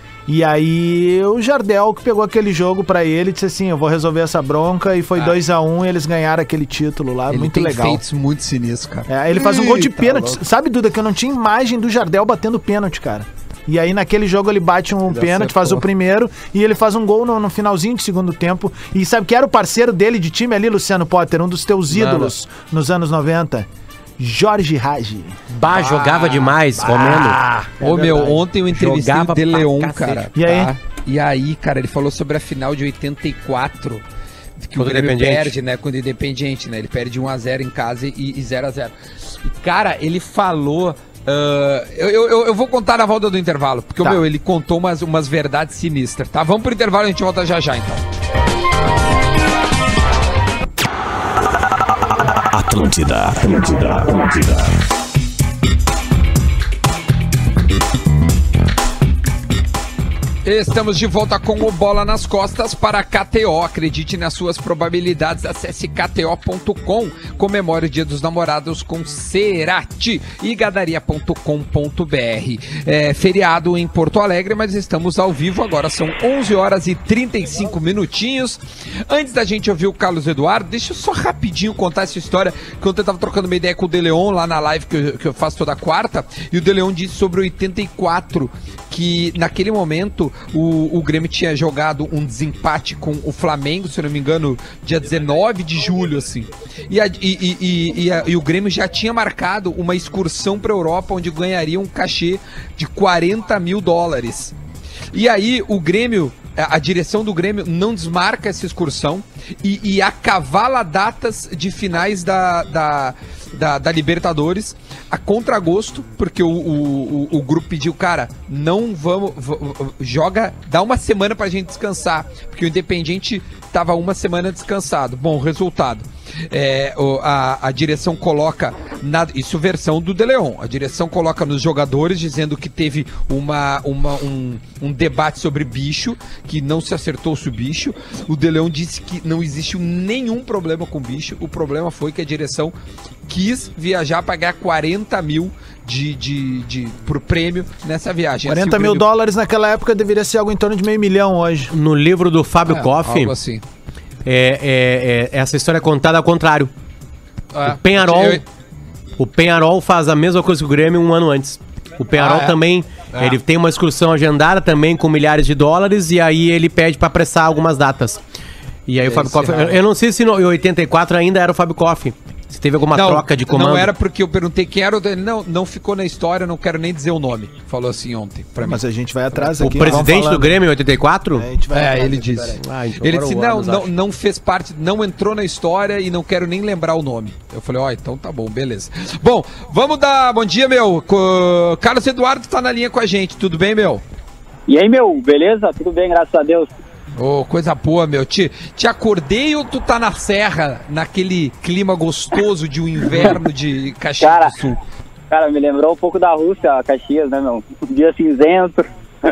E aí o Jardel que pegou aquele jogo pra ele e disse assim, eu vou resolver essa bronca, e foi dois a um e eles ganharam aquele título lá, Ele muito tem legal. feitos muito sinistros, cara. É, ele faz um gol de Ih, tá pênalti. louco. Sabe, Duda, que eu não tinha imagem do Jardel batendo pênalti, cara. E aí naquele jogo ele bate um pênalti, faz o primeiro e ele faz um gol no, no finalzinho de segundo tempo. E sabe que era o parceiro dele de time ali, Luciano Potter, um dos teus ídolos nos anos noventa? Jorge Ragi. Bah, jogava demais, Romeno. Ô, meu, ontem eu entrevistei Jogava o De pra Leon, cacete. cara. E aí? tá? E aí, cara, ele falou sobre a final de oitenta e quatro. Que Contra o o Grêmio Independiente. perde, né? Quando o Independiente, né? Ele perde um a zero em casa e, e zero a zero. E, cara, ele falou... ah, eu, eu, eu vou contar na volta do intervalo, porque, Tá. meu, ele contou umas, umas verdades sinistras, tá? Vamos pro intervalo e a gente volta já já, então. Atlântida, Atlântida, Atlântida. Estamos de volta com o Bola nas Costas para a K T O. Acredite nas suas probabilidades. Acesse k t o ponto com. Comemore o Dia dos Namorados com Cerati e gadaria ponto com ponto b r. É feriado em Porto Alegre, mas estamos ao vivo agora. São onze horas e trinta e cinco minutinhos. Antes da gente ouvir o Carlos Eduardo, deixa eu só rapidinho contar essa história, que ontem eu tava trocando uma ideia com o De Leon lá na live que eu, que eu faço toda quarta, e o De Leon disse sobre oitenta e quatro, que naquele momento o, o Grêmio tinha jogado um desempate com o Flamengo, se eu não me engano, dia dezenove de julho, assim. E, a, e, e, e, e, a, e o Grêmio já tinha marcado uma excursão para a Europa, onde ganharia um cachê de quarenta mil dólares. E aí o Grêmio a, a direção do Grêmio não desmarca essa excursão e, e acavala datas de finais da, da, da, da Libertadores a contragosto, porque o, o, o, o grupo pediu, cara, não vamos, v- joga, dá uma semana pra gente descansar, porque o Independiente tava uma semana descansado. Bom, resultado. É, o, a, a direção coloca, na, isso versão do De Leon, a direção coloca nos jogadores dizendo que teve uma, uma, um, um debate sobre bicho, que não se acertou-se o bicho. O De Leon disse que não existe nenhum problema com bicho, o problema foi que a direção quis viajar para ganhar quarenta mil de, de, de, por prêmio nessa viagem. quarenta assim, mil Grêmio... dólares naquela época deveria ser algo em torno de meio milhão hoje. No livro do Fábio É, Koff, algo assim. é, é, é, essa história é contada ao contrário. É, o Penharol, eu- o Penharol faz a mesma coisa que o Grêmio um ano antes. O Penharol Ah, é? também, É. ele tem uma excursão agendada também com milhares de dólares e aí ele pede pra apressar algumas datas. E aí o Fábio Koff, eu, eu não sei se no, em oitenta e quatro ainda era o Fábio Koff. Se teve alguma não, troca de comando. Não era porque eu perguntei quem era, ele não, não ficou na história, não quero nem dizer o nome. Falou assim ontem pra mim. Mas a gente vai atrás O aqui. nós vamos presidente do falando. Grêmio em oitenta e quatro? É, a gente vai É, atrás ele aqui, disse. peraí. Ah, então Ele agora disse, o não, Anos não, acha. não fez parte, não entrou na história e não quero nem lembrar o nome. Eu falei, ó, então tá bom, beleza. Bom, vamos dar bom dia, meu. Co- Carlos Eduardo tá na linha com a gente, tudo bem, meu? E aí, meu, beleza? Tudo bem, graças a Deus. Ô, coisa boa, meu. Te, te acordei ou tu tá na serra, naquele clima gostoso de um inverno de Caxias Cara, do Sul? Cara, me lembrou um pouco da Rússia, Caxias, né, meu? Um dia cinzento.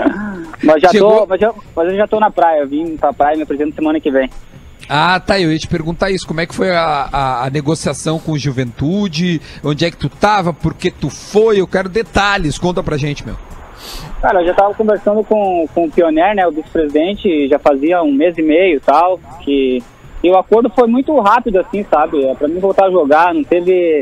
Mas já Chegou- tô, mas, já, mas eu já tô na praia, eu vim pra praia e me apresento semana que vem. Ah, tá, eu ia te perguntar isso, como é que foi a, a, a negociação com o Juventude, onde é que tu tava, por que tu foi, eu quero detalhes, conta pra gente, meu. Cara, eu já tava conversando com, com o Pioner, né, o vice-presidente, já fazia um mês e meio e tal, que... E o acordo foi muito rápido, assim, sabe? Pra mim voltar a jogar, não teve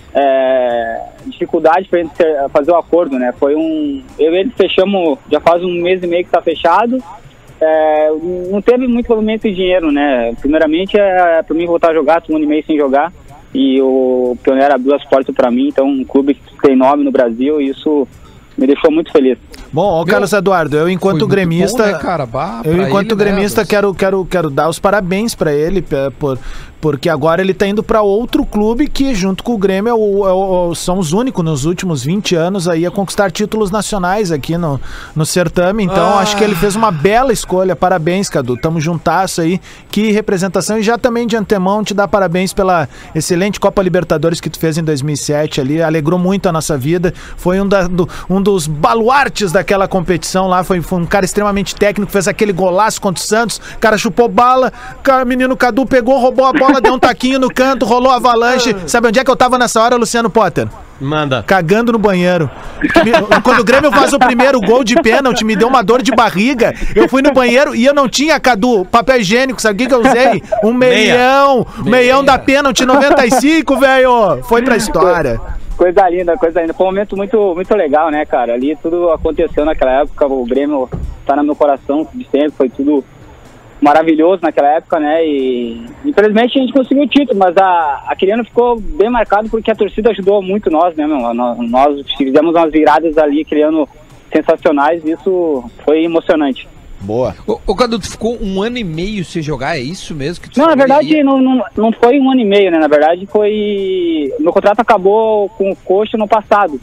é, dificuldade pra gente ter- fazer o acordo, né? Foi um... Eu e ele fechamos, já faz um mês e meio que tá fechado, é, não teve muito movimento de dinheiro, né? Primeiramente é pra mim voltar a jogar, tô um ano e meio sem jogar, e o Pioner abriu as portas pra mim, então um clube que tem nome no Brasil, e isso me deixou muito feliz. Bom, ó, Meu, Carlos Eduardo, eu enquanto Foi muito gremista, bom, né, cara? Bah, eu pra enquanto ele, né, gremista Adams? quero, quero, quero dar os parabéns pra ele pe- por, porque agora ele tá indo pra outro clube que junto com o Grêmio é o- é o- são os únicos nos últimos vinte anos aí a conquistar títulos nacionais aqui no, no certame, então Ah. acho que ele fez uma bela escolha, parabéns, Cadu, tamo juntasso aí, que representação, e já também de antemão te dar parabéns pela excelente Copa Libertadores que tu fez em dois mil e sete ali, alegrou muito a nossa vida, foi um, da, do- um dos baluartes daquela competição lá, foi, foi um cara extremamente técnico, fez aquele golaço contra o Santos, o cara chupou bala, o cara, menino Cadu pegou, roubou a bola, deu um taquinho no canto, rolou avalanche, sabe onde é que eu tava nessa hora, Luciano Potter? Manda. Cagando no banheiro. Me- Quando o Grêmio faz o primeiro gol de pênalti, me deu uma dor de barriga. Eu fui no banheiro e eu não tinha, Cadu, papel higiênico. Sabe o que, que eu usei? Um meião. Meião da pênalti noventa e cinco, velho. Foi pra história. Coisa linda, coisa linda. Foi um momento muito, muito legal, né, cara? Ali tudo aconteceu naquela época, o Grêmio tá no meu coração de sempre, foi tudo maravilhoso naquela época, né? E infelizmente a gente conseguiu o título, mas a, aquele ano ficou bem marcado porque a torcida ajudou muito nós, né, meu? Nós, nós fizemos umas viradas ali aquele ano sensacionais e isso foi emocionante. Boa. Ô, ô Cadu, tu ficou um ano e meio sem jogar, é isso mesmo que tu Não, na falou? verdade E- não, não, não foi um ano e meio, né? Na verdade foi... Meu contrato acabou com o coxa no passado.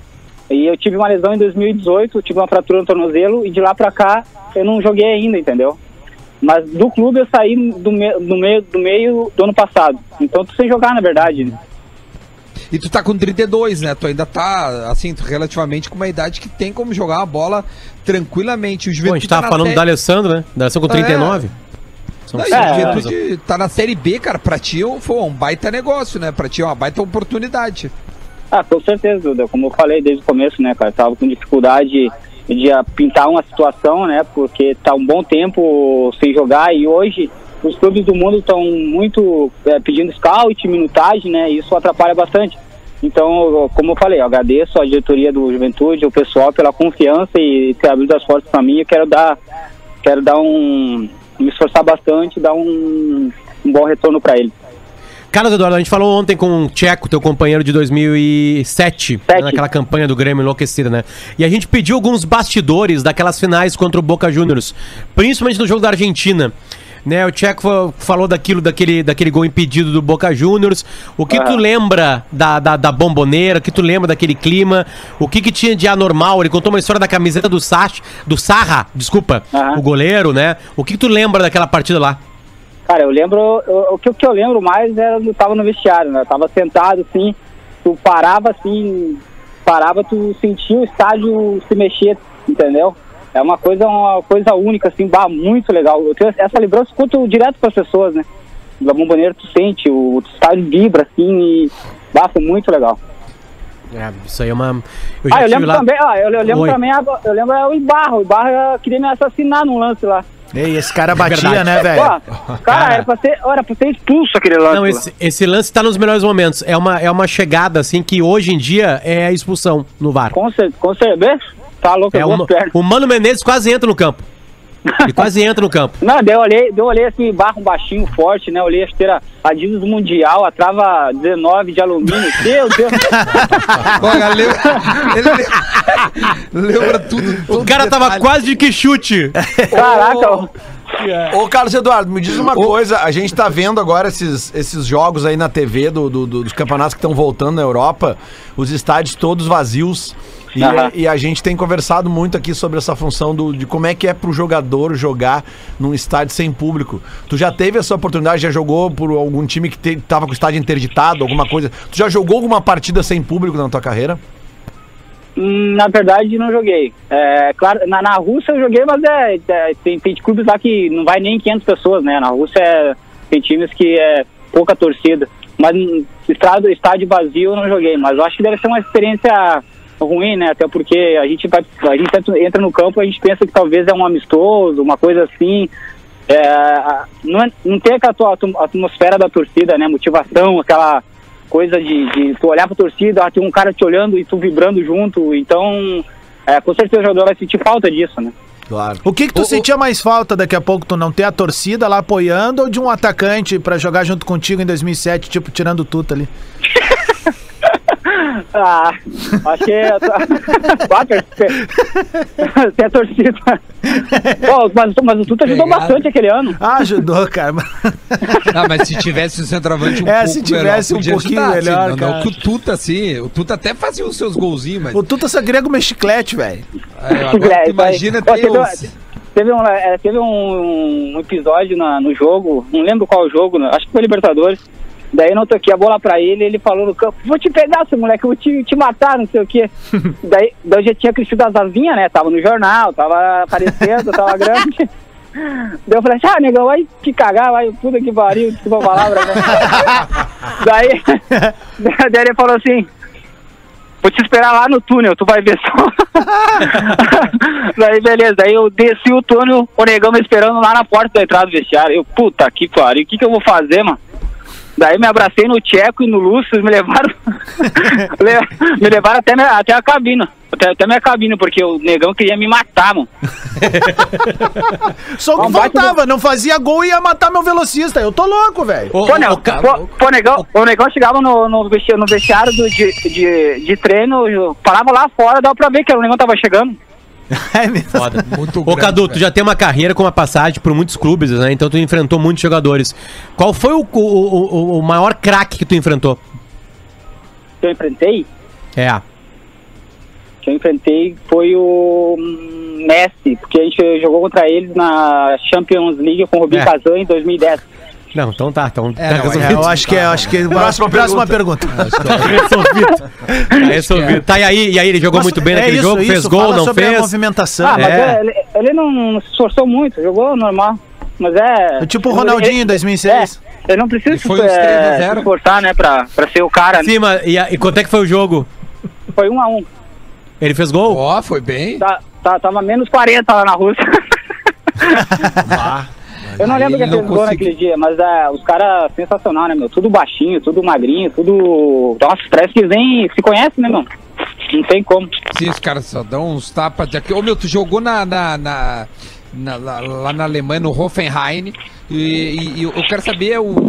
E eu tive uma lesão em dois mil e dezoito, tive uma fratura no tornozelo e de lá pra cá eu não joguei ainda, entendeu? Mas do clube eu saí do, me, do, meio, do meio do ano passado. Então tô sem jogar, na verdade. Né? E tu tá com trinta e dois, né? Tu ainda tá, assim, relativamente com uma idade que tem como jogar uma bola tranquilamente. O Pô, a Juventude gente tava na falando sé- do Alessandro, né? Da Alessandro com trinta e nove. São Não, e cinco o anos. Juventude tá na Série B, cara. Pra ti foi um baita negócio, né? Pra ti é uma baita oportunidade. Ah, com certeza, Duda. Como eu falei desde o começo, né, cara? Tava com dificuldade de ah, pintar uma situação, né? Porque tá um bom tempo sem jogar e hoje os clubes do mundo estão muito é, pedindo scout, minutagem, né? E isso atrapalha bastante. Então, eu- como eu falei, eu agradeço a diretoria do Juventude, o pessoal pela confiança e ter abrido as portas para mim. Eu quero dar, quero dar um, me esforçar bastante, dar um, um bom retorno para ele. Carlos Eduardo, a gente falou ontem com o Tcheco, teu companheiro de dois mil e sete, né, naquela campanha do Grêmio enlouquecida, né? E a gente pediu alguns bastidores daquelas finais contra o Boca Juniors, principalmente no jogo da Argentina. Né, o Tcheco falou daquilo, daquele, daquele gol impedido do Boca Juniors. O que ah. tu lembra da, da, da bomboneira? O que tu lembra daquele clima? O que que tinha de anormal? Ele contou uma história da camiseta do Sach, do Sarra, desculpa, ah. o goleiro, né? O que que tu lembra daquela partida lá? Cara, eu lembro, eu, o, que, o que eu lembro mais era eu tava no vestiário, né? Eu tava sentado assim, tu parava assim, parava, tu sentia o estádio se mexer, entendeu? É uma coisa, uma coisa única, assim, bah, muito legal. Eu tenho essa lembrança, conto direto para as pessoas, né? Da bomboneira tu sente, o, o estádio vibra, assim, e bah, foi muito legal. É, isso aí é uma... Eu ah, eu lembro lá... também, ó, eu, eu lembro Oi. também, eu lembro o Ibarra, o Ibarra queria me assassinar num lance lá. Ei, esse cara batia, é né, velho? Cara, cara, era pra ser, era pra ser expulso aquele lance. Não, esse, esse lance tá nos melhores momentos. É uma, é uma chegada, assim, que hoje em dia é a expulsão no V A R. Com certeza, com certeza. Tá louco, é uma, o Mano Menezes quase entra no campo. Ele quase entra no campo. Não, daí eu olhei, eu olhei assim, barra um baixinho forte, né? Eu olhei a esteira Adidas Mundial, a trava dezenove de alumínio. Meu Deus! Olha, lembra, ele lembra tudo. O cara tava quase de que chute. Caraca! Ô, Carlos Eduardo, me diz uma Ô. coisa, a gente tá vendo agora esses, esses jogos aí na T V do, do, do, dos campeonatos que estão voltando na Europa, os estádios todos vazios. E, uhum. e a gente tem conversado muito aqui sobre essa função do, de como é que é pro jogador jogar num estádio sem público. Tu já teve essa oportunidade, já jogou por algum time que te, tava com o estádio interditado, alguma coisa? Tu já jogou alguma partida sem público na tua carreira? Hum, na verdade, não joguei. É, claro, na, na Rússia eu joguei, mas é, é, tem, tem clubes lá que não vai nem quinhentas pessoas, né? Na Rússia é, tem times que é pouca torcida. Mas estádio, estádio vazio eu não joguei, mas eu acho que deve ser uma experiência ruim, né? Até porque a gente vai, a gente entra no campo, a gente pensa que talvez é um amistoso, uma coisa assim. É, não, é, não tem aquela tua, a atmosfera da torcida, né? Motivação, aquela coisa de, de tu olhar pra torcida, tem um cara te olhando e tu vibrando junto. Então, é, com certeza o jogador vai sentir falta disso, né? Claro. O que que tu o, sentia o... mais falta daqui a pouco? Tu não ter a torcida lá apoiando ou de um atacante pra jogar junto contigo em dois mil e sete, tipo, tirando o Tuta ali? Ah, acho que é tem a torcida. Pô, mas, mas o Tuta ajudou Pegado. bastante aquele ano. Ah, ajudou, cara. Ah, mas se tivesse o centroavante um é, pouco se tivesse melhor, um pouquinho ajudar, melhor, assim, cara. Não, não que o Tuta, assim, o Tuta até fazia os seus golzinhos, mas... O Tuta só queria comer chiclete, velho. É, imagina ter teve, os... teve, um, teve um, um episódio na, no jogo, não lembro qual jogo, acho que foi Libertadores. Daí eu não toquei a bola pra ele, ele falou no campo, vou te pegar, seu moleque, eu vou te, te matar, não sei o quê. daí, daí eu já tinha crescido as asinhas, né, tava no jornal, tava aparecendo, tava grande. Daí eu falei, ah, negão, vai te cagar, vai, puta que pariu, desculpa a palavra, né. daí, daí ele falou assim, vou te esperar lá no túnel, tu vai ver só. Daí beleza, daí eu desci o túnel, o negão me esperando lá na porta da entrada do vestiário. Eu, puta que pariu, o que que eu vou fazer, mano? Daí me abracei no Tcheco e no Lúcio, me levaram me levaram até, minha, até a cabine, até, até minha cabine, porque o negão queria me matar, mano. Só o que faltava, não fazia gol e ia matar meu velocista, eu tô louco, velho. Pô, né, pô, pô, negão, o negão chegava no, no vestiário, no vestiário do, de, de, de treino, eu parava lá fora, dava pra ver que o negão tava chegando. Foda. Muito Ô, Cadu, tu já tem uma carreira com uma passagem por muitos clubes, né? Então tu enfrentou muitos jogadores. Qual foi o, o, o, o maior craque que tu enfrentou? Que eu enfrentei? É. Que eu enfrentei foi o Messi, porque a gente jogou contra eles na Champions League com o Robinho é. Kazan em dois mil e dez. Não, então tá. Então, é, não, é, eu acho que é. Acho que é próxima, próxima pergunta. pergunta. Resolvido. Tá resolvido. Tá, e aí, e aí ele jogou Nossa, muito bem naquele é isso, jogo? Isso, fez gol, não sobre fez? A movimentação. Ah, mas é. ele, ele não se esforçou muito, jogou normal. Mas é. Tipo o Ronaldinho em dois mil e seis. É, ele não precisa se, é, se esforçar, né, pra, pra ser o cara. Sim, mas e, e quanto é que foi o jogo? Foi um a um. Ele fez gol? Ó, oh, foi bem. Tá, tá, tava menos quarenta lá na Rússia. Ah. Eu não lembro quem fez gol naquele dia, mas é, os caras sensacional, né, meu? Tudo baixinho, tudo magrinho, tudo... Nossa, parece que eles nem se conhecem, né, meu? Não tem como. Sim, os caras só dão uns tapas de aqui. Ô, meu, tu jogou na, na, na, na, lá, lá na Alemanha, no Hoffenheim, e, e, e eu quero saber o, o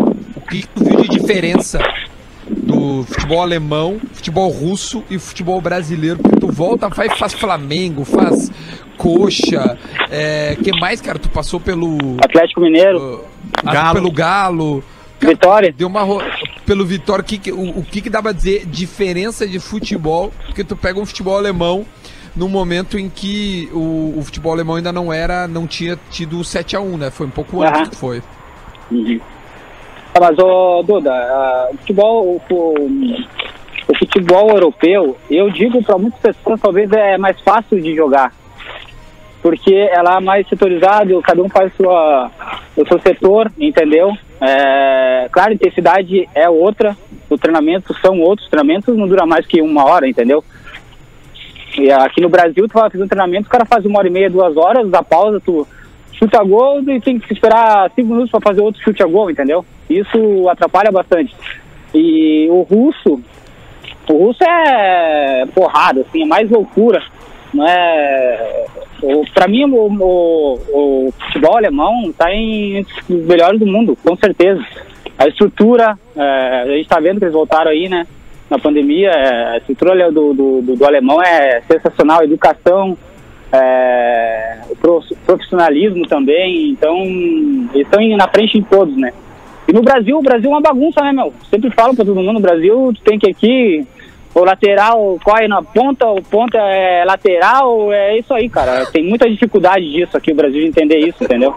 que tu viu de diferença do futebol alemão, futebol russo e futebol brasileiro? Porque tu volta, faz, faz Flamengo, faz Coxa, é, que mais, cara? Tu passou pelo... Atlético Mineiro. Uh, Galo. Pelo Galo. Cara, Vitória. Deu uma ro... Pelo Vitória, o que, que, o, o que que dá pra dizer diferença de futebol? Porque tu pega um futebol alemão no momento em que o, o futebol alemão ainda não era, não tinha tido o sete a um, né? Foi um pouco antes Uhum. que foi. Uhum. Ah, mas, ô, Duda, uh, o futebol, o, o, o futebol europeu, eu digo para muitas pessoas, talvez é mais fácil de jogar, porque é lá mais setorizado, cada um faz sua, o seu setor, entendeu? É, claro, a intensidade é outra, o treinamento são outros, treinamentos não dura mais que uma hora, entendeu? E aqui no Brasil, tu vai fazer um treinamento, o cara faz uma hora e meia, duas horas, dá pausa, tu chuta gol e tem que esperar cinco minutos para fazer outro chute a gol, entendeu? Isso atrapalha bastante. E o russo, o russo é porrada, assim, é mais loucura, não é? O, pra mim, o, o, o futebol alemão tá em os melhores do mundo, com certeza. A estrutura, é, a gente tá vendo que eles voltaram aí, né? Na pandemia, é, a estrutura do, do, do, do alemão é sensacional, a educação, é, o profissionalismo também, então eles estão na frente de todos, né? E no Brasil, o Brasil é uma bagunça, né, meu? Sempre falo pra todo mundo, no Brasil tu tem que aqui, o lateral corre na ponta, o ponta é lateral, é isso aí, cara. Tem muita dificuldade disso aqui, o Brasil, de entender isso, entendeu?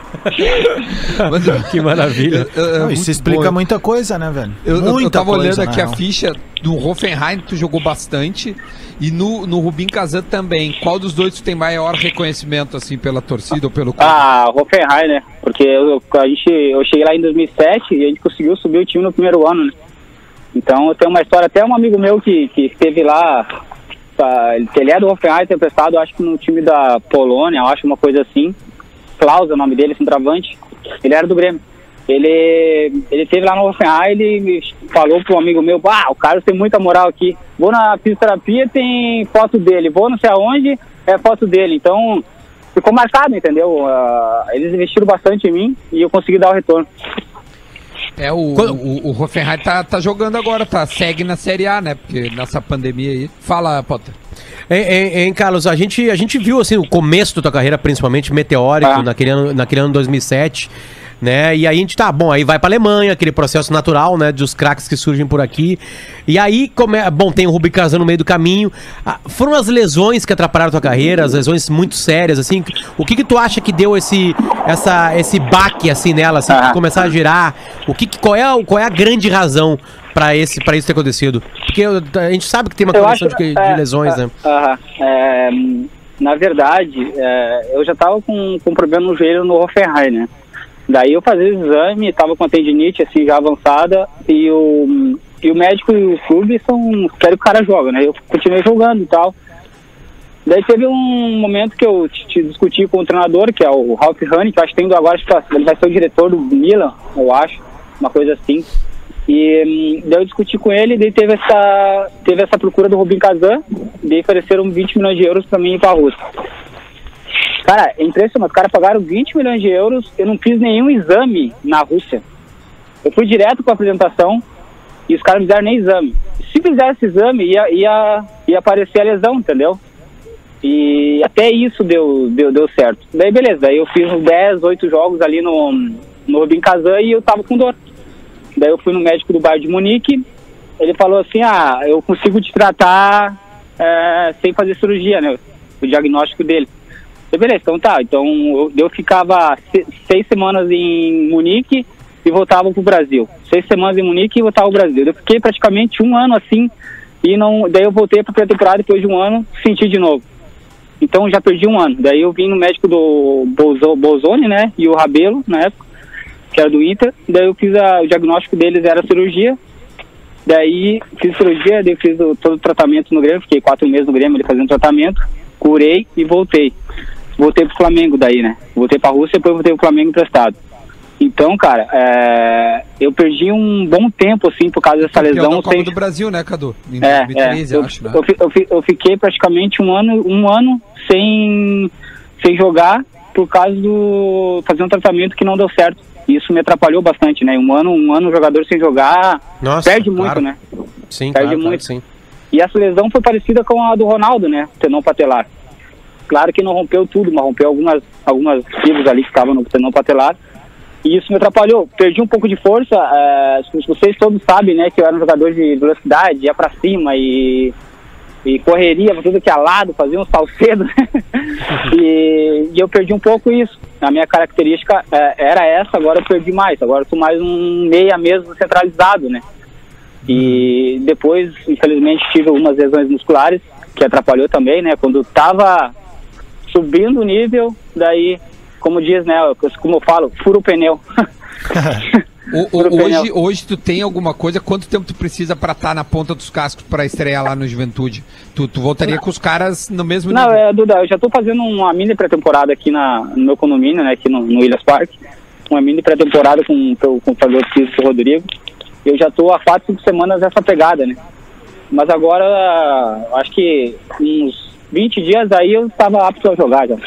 Mas, que maravilha. Eu, eu, Não, isso explica bom. muita coisa, né, velho? Eu, muita eu tava coisa, olhando aqui a ficha do Hoffenheim, tu jogou bastante, e no, no Rubin Kazan também. Qual dos dois tu tem maior reconhecimento, assim, pela torcida ou pelo clube? Ah, Hoffenheim, né? Porque eu, a gente, eu cheguei lá em dois mil e sete e a gente conseguiu subir o time no primeiro ano, né? Então eu tenho uma história, até um amigo meu que, que esteve lá, tá, ele é do Hoffenheim, tem prestado, acho que no time da Polônia, eu acho uma coisa assim. Klaus é o nome dele, centroavante. Ele era do Grêmio. Ele, ele esteve lá no Hoffenheim, ele me falou para um amigo meu, ah, o Carlos tem muita moral aqui. Vou na fisioterapia, tem foto dele. Vou não sei aonde, é foto dele. Então, ficou marcado, entendeu? Uh, eles investiram bastante em mim e eu consegui dar o retorno. É, o, o, o Hoffenheim tá, tá jogando agora, tá? Segue na Série A, né? Porque nessa pandemia aí... Fala, Potter. Hein, hein, hein, Carlos, a gente, a gente viu assim, o começo da tua carreira, principalmente meteórico, ah. naquele ano, naquele ano dois mil e sete, né? E aí a gente tá, bom, aí vai pra Alemanha, aquele processo natural, né? Dos craques que surgem por aqui. E aí, come... bom, tem o Rubin Kazan no meio do caminho. Ah, foram as lesões que atrapalharam a tua carreira, as lesões muito sérias, assim. O que que tu acha que deu esse, essa, esse baque, assim, nela, assim, ah. de começar a girar? O que, qual, é, qual é a grande razão pra, esse, pra isso ter acontecido? Porque a gente sabe que tem uma condição de, de é, lesões, é, né? É, é, na verdade, é, eu já tava com, com problema no joelho no Hoffenheim, né? Daí eu fazia o exame, tava com a tendinite, assim, já avançada, e o, e o médico e o clube são, querem que o cara joga, né? Eu continuei jogando e tal. Daí teve um momento que eu te, te discuti com o treinador, que é o Ralf Rangnick, que eu acho que tem agora, ele vai ser o diretor do Milan, eu acho, uma coisa assim. E daí eu discuti com ele, daí teve essa, teve essa procura do Rubin Kazan, daí ofereceram vinte milhões de euros pra mim ir pra Rússia. Cara, é impressionante, os caras pagaram vinte milhões de euros, eu não fiz nenhum exame na Rússia. Eu fui direto com a apresentação e os caras não fizeram nem exame. Se fizesse exame, ia, ia, ia aparecer a lesão, entendeu? E até isso deu, deu, deu certo. Daí beleza, daí eu fiz uns dez, oito jogos ali no, no Rubin Kazan e eu tava com dor. Daí eu fui no médico do Bayern de Munique, ele falou assim, ah, eu consigo te tratar é, sem fazer cirurgia, né, o diagnóstico dele. Eu, beleza, então tá, então eu, eu ficava se, seis semanas em Munique e voltava pro Brasil. Seis semanas em Munique e voltava pro Brasil. Eu fiquei praticamente um ano assim, e não, daí eu voltei pra pré-temporada, depois de um ano, senti de novo. Então já perdi um ano. Daí eu vim no médico do Bolzoni, né, e o Rabelo, na época, que era do Inter, daí eu fiz a, o diagnóstico deles era cirurgia, daí fiz cirurgia, daí fiz o, todo o tratamento no Grêmio, fiquei quatro meses no Grêmio ele fazendo tratamento, curei e voltei. Voltei pro Flamengo daí, né? Voltei pra Rússia e depois voltei pro Flamengo emprestado. Então, cara, é, eu perdi um bom tempo, assim, por causa dessa lesão. Da Copa sem... do Brasil, né, Cadu? Em é, dois mil e treze, é, eu, acho, né? Eu, eu, eu fiquei praticamente um ano, um ano sem, sem jogar por causa do... fazer um tratamento que não deu certo. isso me atrapalhou bastante, né? Um ano, um ano um jogador sem jogar Nossa, perde claro. muito, né? Sim, Perde claro, muito. claro, sim. E essa lesão foi parecida com a do Ronaldo, né? Tendão patelar. Claro que não rompeu tudo, mas rompeu algumas, algumas fibras ali que estavam no tendão patelar. E isso me atrapalhou. Perdi um pouco de força. É, vocês todos sabem, né, que eu era um jogador de velocidade, ia pra cima e, e correria pra tudo que é lado, fazia uns salcedos. e, e eu perdi um pouco isso. A minha característica é, era essa, agora eu perdi mais. Agora eu sou mais um meia mesmo centralizado, né? E depois, infelizmente, tive algumas lesões musculares, que atrapalhou também, né? Quando tava subindo o nível, daí... Como diz, né? Como eu falo, fura o pneu. o, o, hoje, hoje tu tem alguma coisa? Quanto tempo tu precisa pra estar tá na ponta dos cascos pra estrear lá no Juventude? Tu, tu voltaria não. com os caras no mesmo não, nível? Não, é, Duda, eu já tô fazendo uma mini pré-temporada aqui na, no meu condomínio, né? Aqui no, no Williams Park. Uma mini pré-temporada com, com, com o jogador físico Rodrigo. Eu já tô há quatro, cinco semanas nessa pegada, né? Mas agora, acho que uns vinte dias aí eu tava apto a jogar já.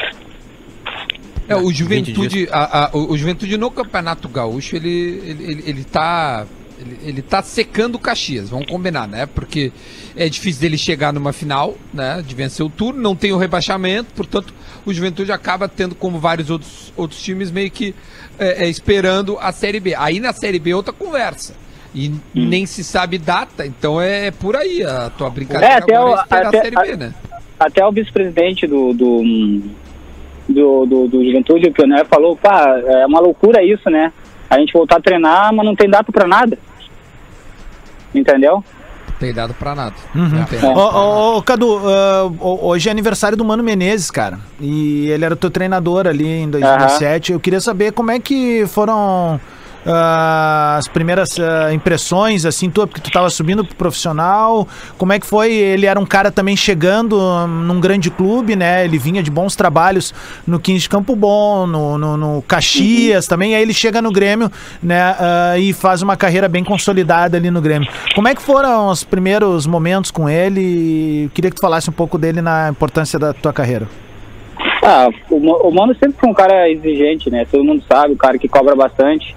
É, o Juventude, a, a, o, o Juventude no Campeonato Gaúcho, ele, ele, ele, ele tá. Ele, ele tá secando o Caxias, vamos combinar, né? Porque é difícil dele chegar numa final, né? De vencer o turno, não tem o rebaixamento, portanto, o Juventude acaba tendo, como vários outros, outros times, meio que é, é, esperando a Série B. Aí na Série B outra conversa. E hum. nem se sabe data, então é por aí a tua brincadeira. É, até agora o, é esperar até, a Série B, né? Até o vice-presidente do. do... Do, do, do Juventude, o Pioneer falou, pá, é uma loucura isso, né? A gente voltar a treinar, mas não tem data pra nada. Entendeu? Tem dado pra nada. Uhum. Ô, ô, Cadu, uh, hoje é aniversário do Mano Menezes, cara. E ele era o teu treinador ali em dois mil e sete. Uhum. Eu queria saber como é que foram uh, as primeiras uh, impressões, assim, tua, porque tu tava subindo pro profissional. Como é que foi? Ele era um cara também chegando um, num grande clube, né? Ele vinha de bons trabalhos no quinze de Campo Bom, no, no, no Caxias uhum. também. Aí ele chega no Grêmio, né? Uh, e faz uma carreira bem consolidada ali no Grêmio. Como é que foram os primeiros momentos com ele? Eu queria que tu falasse um pouco dele na importância da tua carreira. Ah, o, o Mano sempre foi um cara exigente, né? Todo mundo sabe, um cara que cobra bastante.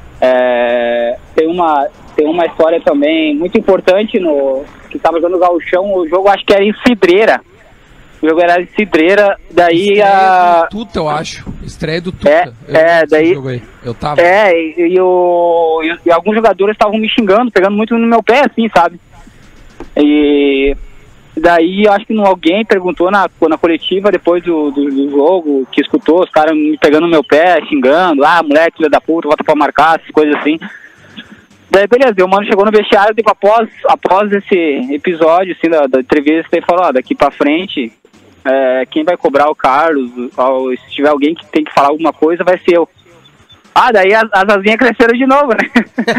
É, tem, uma, tem uma história também muito importante no que estava jogando o Gauchão, o jogo acho que era em Cidreira. O jogo era em Cidreira, daí Estreia a... do Tuta, eu acho. Estreia do Tuta. É, eu é daí... Jogo aí. Eu tava. É, e, e, o, e, e alguns jogadores estavam me xingando, pegando muito no meu pé, assim, sabe? E daí eu acho que alguém perguntou na, na coletiva depois do, do, do jogo, que escutou os caras me pegando no meu pé, xingando, ah, moleque, filha da puta, volta pra marcar, essas coisas assim. Daí beleza, o Mano chegou no vestiário, tipo, após, após esse episódio, assim, da, da entrevista, ele falou, ó, daqui pra frente, é, quem vai cobrar o Carlos, ou, se tiver alguém que tem que falar alguma coisa, vai ser eu. Ah, daí as, as asinhas cresceram de novo, né?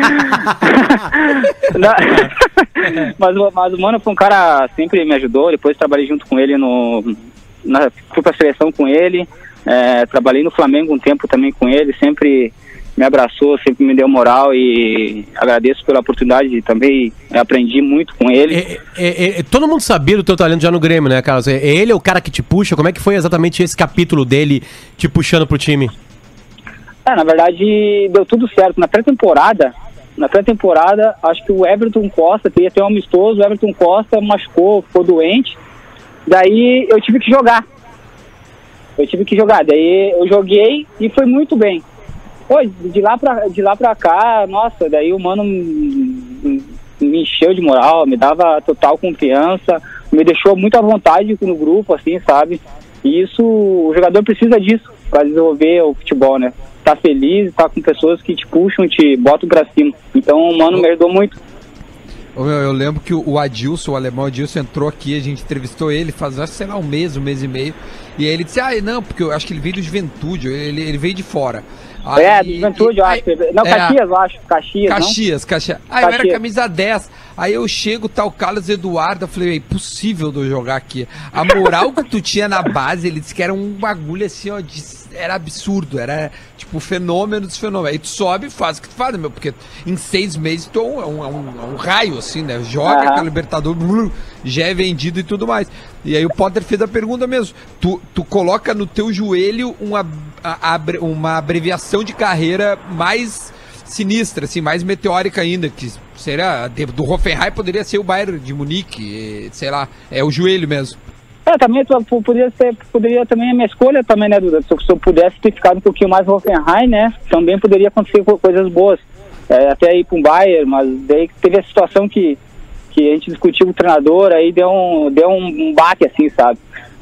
mas, mas o Mano foi um cara, sempre me ajudou, depois trabalhei junto com ele no... Na, fui pra seleção com ele, é, trabalhei no Flamengo um tempo também com ele, sempre me abraçou, sempre me deu moral e agradeço pela oportunidade, também aprendi muito com ele. É, é, é, todo mundo sabia do teu talento já no Grêmio, né, Carlos? É, ele é o cara que te puxa, como é que foi exatamente esse capítulo dele te puxando pro time? É, na verdade, deu tudo certo. Na pré-temporada, na pré-temporada, acho que o Everton Costa, ia ter um amistoso, o Everton Costa machucou, ficou doente, daí eu tive que jogar. Eu tive que jogar, daí eu joguei e foi muito bem. Pô, de lá pra, de lá pra cá, nossa, daí o Mano me, me encheu de moral, me dava total confiança, me deixou muito à vontade no grupo, assim, sabe? E isso, o jogador precisa disso pra desenvolver o futebol, né? Tá feliz, tá com pessoas que te puxam, te botam pra cima. Então o Mano me ajudou muito. Eu, eu lembro que o Adilson, o alemão Adilson, entrou aqui, a gente entrevistou ele faz, acho, sei lá, um mês, um mês e meio. E aí ele disse, ah, não, porque eu acho que ele veio do Juventude, ele, ele veio de fora. Aí, é, do Juventude, eu acho. Não, Caxias, é, eu acho. Caxias, Caxias, não? Caxias. Ah, eu era camisa dez. Aí eu chego, tá o Carlos Eduardo, eu falei, é impossível de eu jogar aqui. A moral que tu tinha na base, ele disse que era um bagulho assim, ó, de era absurdo, era tipo o fenômeno dos fenômenos. Aí tu sobe e faz o que tu faz, meu, porque em seis meses tu é um, é um, é um, é um raio, assim, né? Joga Aham. aquela Libertadores, blum, já é vendido e tudo mais. E aí o Potter fez a pergunta mesmo. Tu, tu coloca no teu joelho uma, a- abre- uma abreviação de carreira mais sinistra, assim, mais meteórica ainda, que seria de- do Hoffenheim, poderia ser o Bayern de Munique, eh, sei lá, é o joelho mesmo. É, também tu- tu poderia ser, poderia também a minha escolha também, né, Duda? Se eu, se eu pudesse ter ficado um pouquinho mais no Hoffenheim, né, também poderia acontecer co- coisas boas. É, até ir para um Bayern, mas daí teve a situação que, que a gente discutiu com o treinador, aí deu um, deu um, um baque, assim, sabe?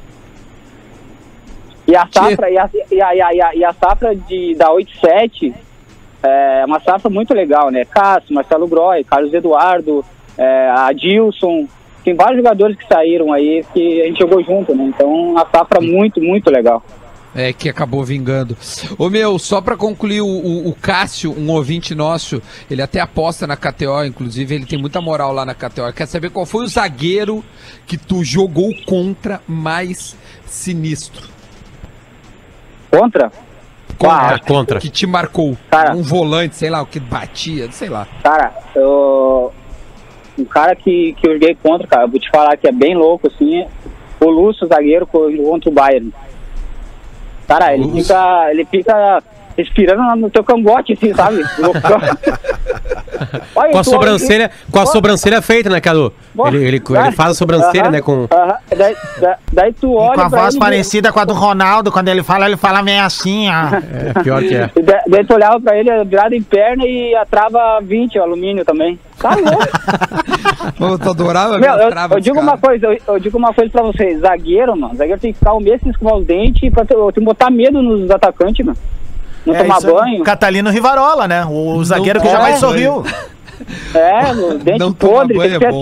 E a safra, e a, e a, e a, e a, e a safra de, da oito sete é uma safra muito legal, né? Cássio, Marcelo Groy, Carlos Eduardo, é, Adilson, tem vários jogadores que saíram aí que a gente jogou junto, né? Então, uma safra muito, muito legal. É, que acabou vingando. Ô meu, só pra concluir, o, o, o Cássio, um ouvinte nosso, ele até aposta na K T O, inclusive, ele tem muita moral lá na K T O. Quer saber qual foi o zagueiro que tu jogou contra mais sinistro? Contra? Contra, Ah, contra. que te marcou. Cara. Um volante, sei lá, o que batia, sei lá. Cara, eu, um cara que, que eu joguei contra, cara, eu vou te falar que é bem louco, assim, o Lúcio, zagueiro, contra o Bayern. Cara, ele Lúcio. fica, ele fica respirando no teu cangote, assim, sabe? Loucão. Olha, Com a tu- sobrancelha, com a sobrancelha feita, né, Cadu? Pô, Ele, ele, né? ele faz a sobrancelha, Aham, né, com... aham. Daí, da- daí tu olha Com a pra voz ele, parecida com a do Ronaldo, quando ele fala, ele fala meio assim, ó. É, pior que é. e da- daí tu olhava pra ele virado em perna e a trava vinte, o alumínio também. Tá louco. Pô, tu adorava Meu, ver eu, as travas eu digo dos uma caras. coisa, eu, eu digo uma coisa pra vocês, zagueiro, mano, zagueiro tem que ficar um mês sem escovar os dentes pra ter, tem que botar medo nos atacantes, mano. Não É, tomar isso é banho. Catalino Rivarola, né? O, o zagueiro que é, jamais é. sorriu. É, os dentes Não tomar podres. banho tem é que bom.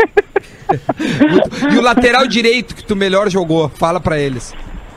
ser- E o lateral direito que tu melhor jogou? Fala pra eles.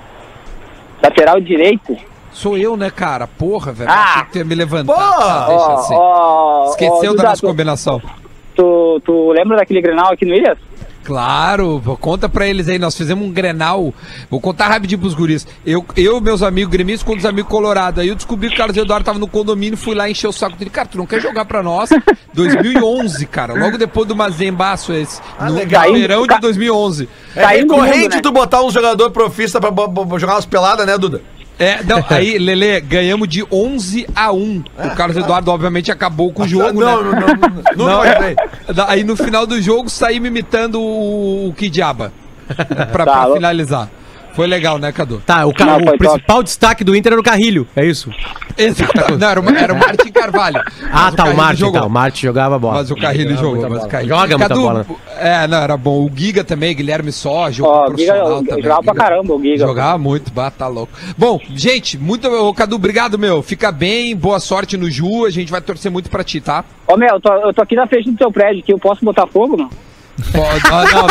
Lateral direito. Sou eu, né, cara? Porra, velho. Ah! Tem que ter me levantado. Porra! Tá, deixa Ó, assim. ó, Esqueceu ó, da Duda, nossa tu- combinação. Tu, tu lembra daquele Grenal aqui no Ilhas? Claro, pô, conta pra eles aí, nós fizemos um Grenal, vou contar rapidinho pros guris, eu, eu meus amigos gremistas com os amigos colorados, aí eu descobri que o Carlos Eduardo tava no condomínio, fui lá encher o saco dele, cara, tu não quer jogar pra nós? dois mil e onze, cara, logo depois do Mazembaço esse, no legal. verão de dois mil e onze. É Saindo do recorrente mundo, né? tu botar um jogador profissa pra bo- bo- jogar umas peladas, né, Duda? É, não, aí, Lelê, ganhamos de onze a um, o Carlos Eduardo obviamente acabou com o jogo, não, né? não, não, não, não, Não, imaginei. da- aí no final do jogo saímos imitando o, o Kidiaba, pra, Tá, pra louco. finalizar. Foi legal, né, Cadu? Tá, o, cara, Não, o foi principal destaque do Inter era o Carrilho, é isso? Exato. Não, era o, era o Martin Carvalho. Ah, Mas tá, o Carrilho Martin, jogou. tá, o Martin jogava bola. Mas o Carrilho jogou. Mas o Carrilho... Joga muita bola. É, não, era bom. O Giga também, Guilherme Só, jogou Ó, o Giga, profissional eu- também. jogava pra Giga. caramba o Giga. Jogava muito, bah, tá louco. Bom, gente, muito, ô, Cadu, obrigado, meu. Fica bem, boa sorte no Ju, a gente vai torcer muito pra ti, tá? Ô, meu, eu tô, eu tô aqui na frente do teu prédio aqui, eu posso botar fogo, mano? Pode, ah, não,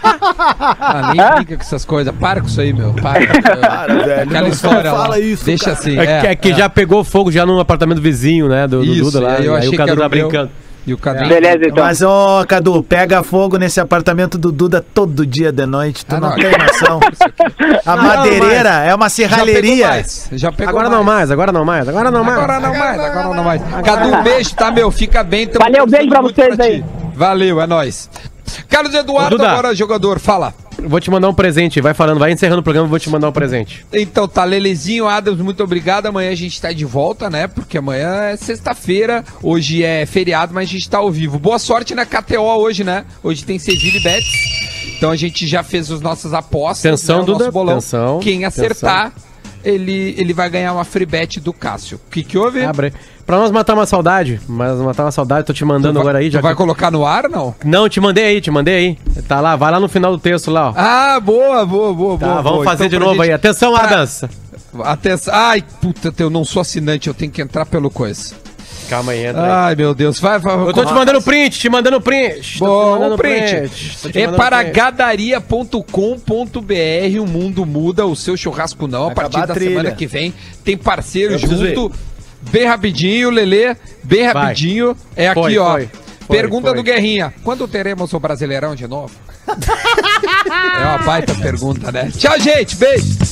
não. Ah, nem brinca com essas coisas. Para com isso aí, meu. Para. velho, Aquela não história fala lá. isso, Deixa cara. assim. É, que- é que já pegou fogo já no apartamento vizinho, né, do, do Isso, Duda lá, eu e aí achei o que Cadu era tá o meu. brincando. E o Cadu. Beleza, então. Mas, ô, Cadu, pega fogo nesse apartamento do Duda todo dia de noite. Tu Ah, não, não, tem noção. A Não, madeireira é uma Já pegou serralheria. mais. Já pegou Agora não mais, agora não mais, agora não mais. Agora não mais, agora não mais. Cadu, um beijo, tá, meu? Fica bem. tamo Valeu, beijo pra torcendo muito vocês aí. ti. Valeu, é nóis. Carlos Eduardo, Ô, Duda. agora jogador, fala. Vou te mandar um presente, vai falando, vai encerrando o programa, vou te mandar um presente. Então tá, Lelezinho, Adams, muito obrigado. Amanhã a gente tá de volta, né? Porque amanhã é sexta-feira, hoje é feriado, mas a gente tá ao vivo. Boa sorte na K T O hoje, né? Hoje tem Sevilha e Betis. Então a gente já fez as nossas apostas. Atenção, né? O nosso Duda, bolão. atenção, Quem acertar, ele, ele vai ganhar uma free bet do Cássio. O que que houve? Abre. Pra nós matar uma saudade, mas matar uma saudade, tô te mandando Tu vai- agora aí. tu Já vai que- colocar no ar, não? Não, te mandei aí, te mandei aí. Tá lá, vai lá no final do texto lá, ó. Ah, boa, boa, boa, Tá, boa. vamos boa. fazer Então, de pra novo gente- aí. Atenção, pra- Adams. Atenção. Ai, puta, eu não sou assinante, eu tenho que entrar pelo coisa. Calma aí, entra aí. Ai, meu Deus. Vai, vai, vai. Eu tô te mandando print, te mandando print. Tô te Bom, mandando o print. Tô te É mandando para print. gadaria ponto com ponto br. O mundo muda, o seu churrasco não. A Vai partir acabar da a trilha. semana que vem tem parceiro Eu preciso junto. Bem rapidinho, Lelê. Bem Vai. rapidinho. É aqui, Foi, ó. foi, foi, Pergunta foi. do Guerrinha. Quando teremos o Brasileirão de novo? É uma baita pergunta, né? Tchau, gente. Beijo.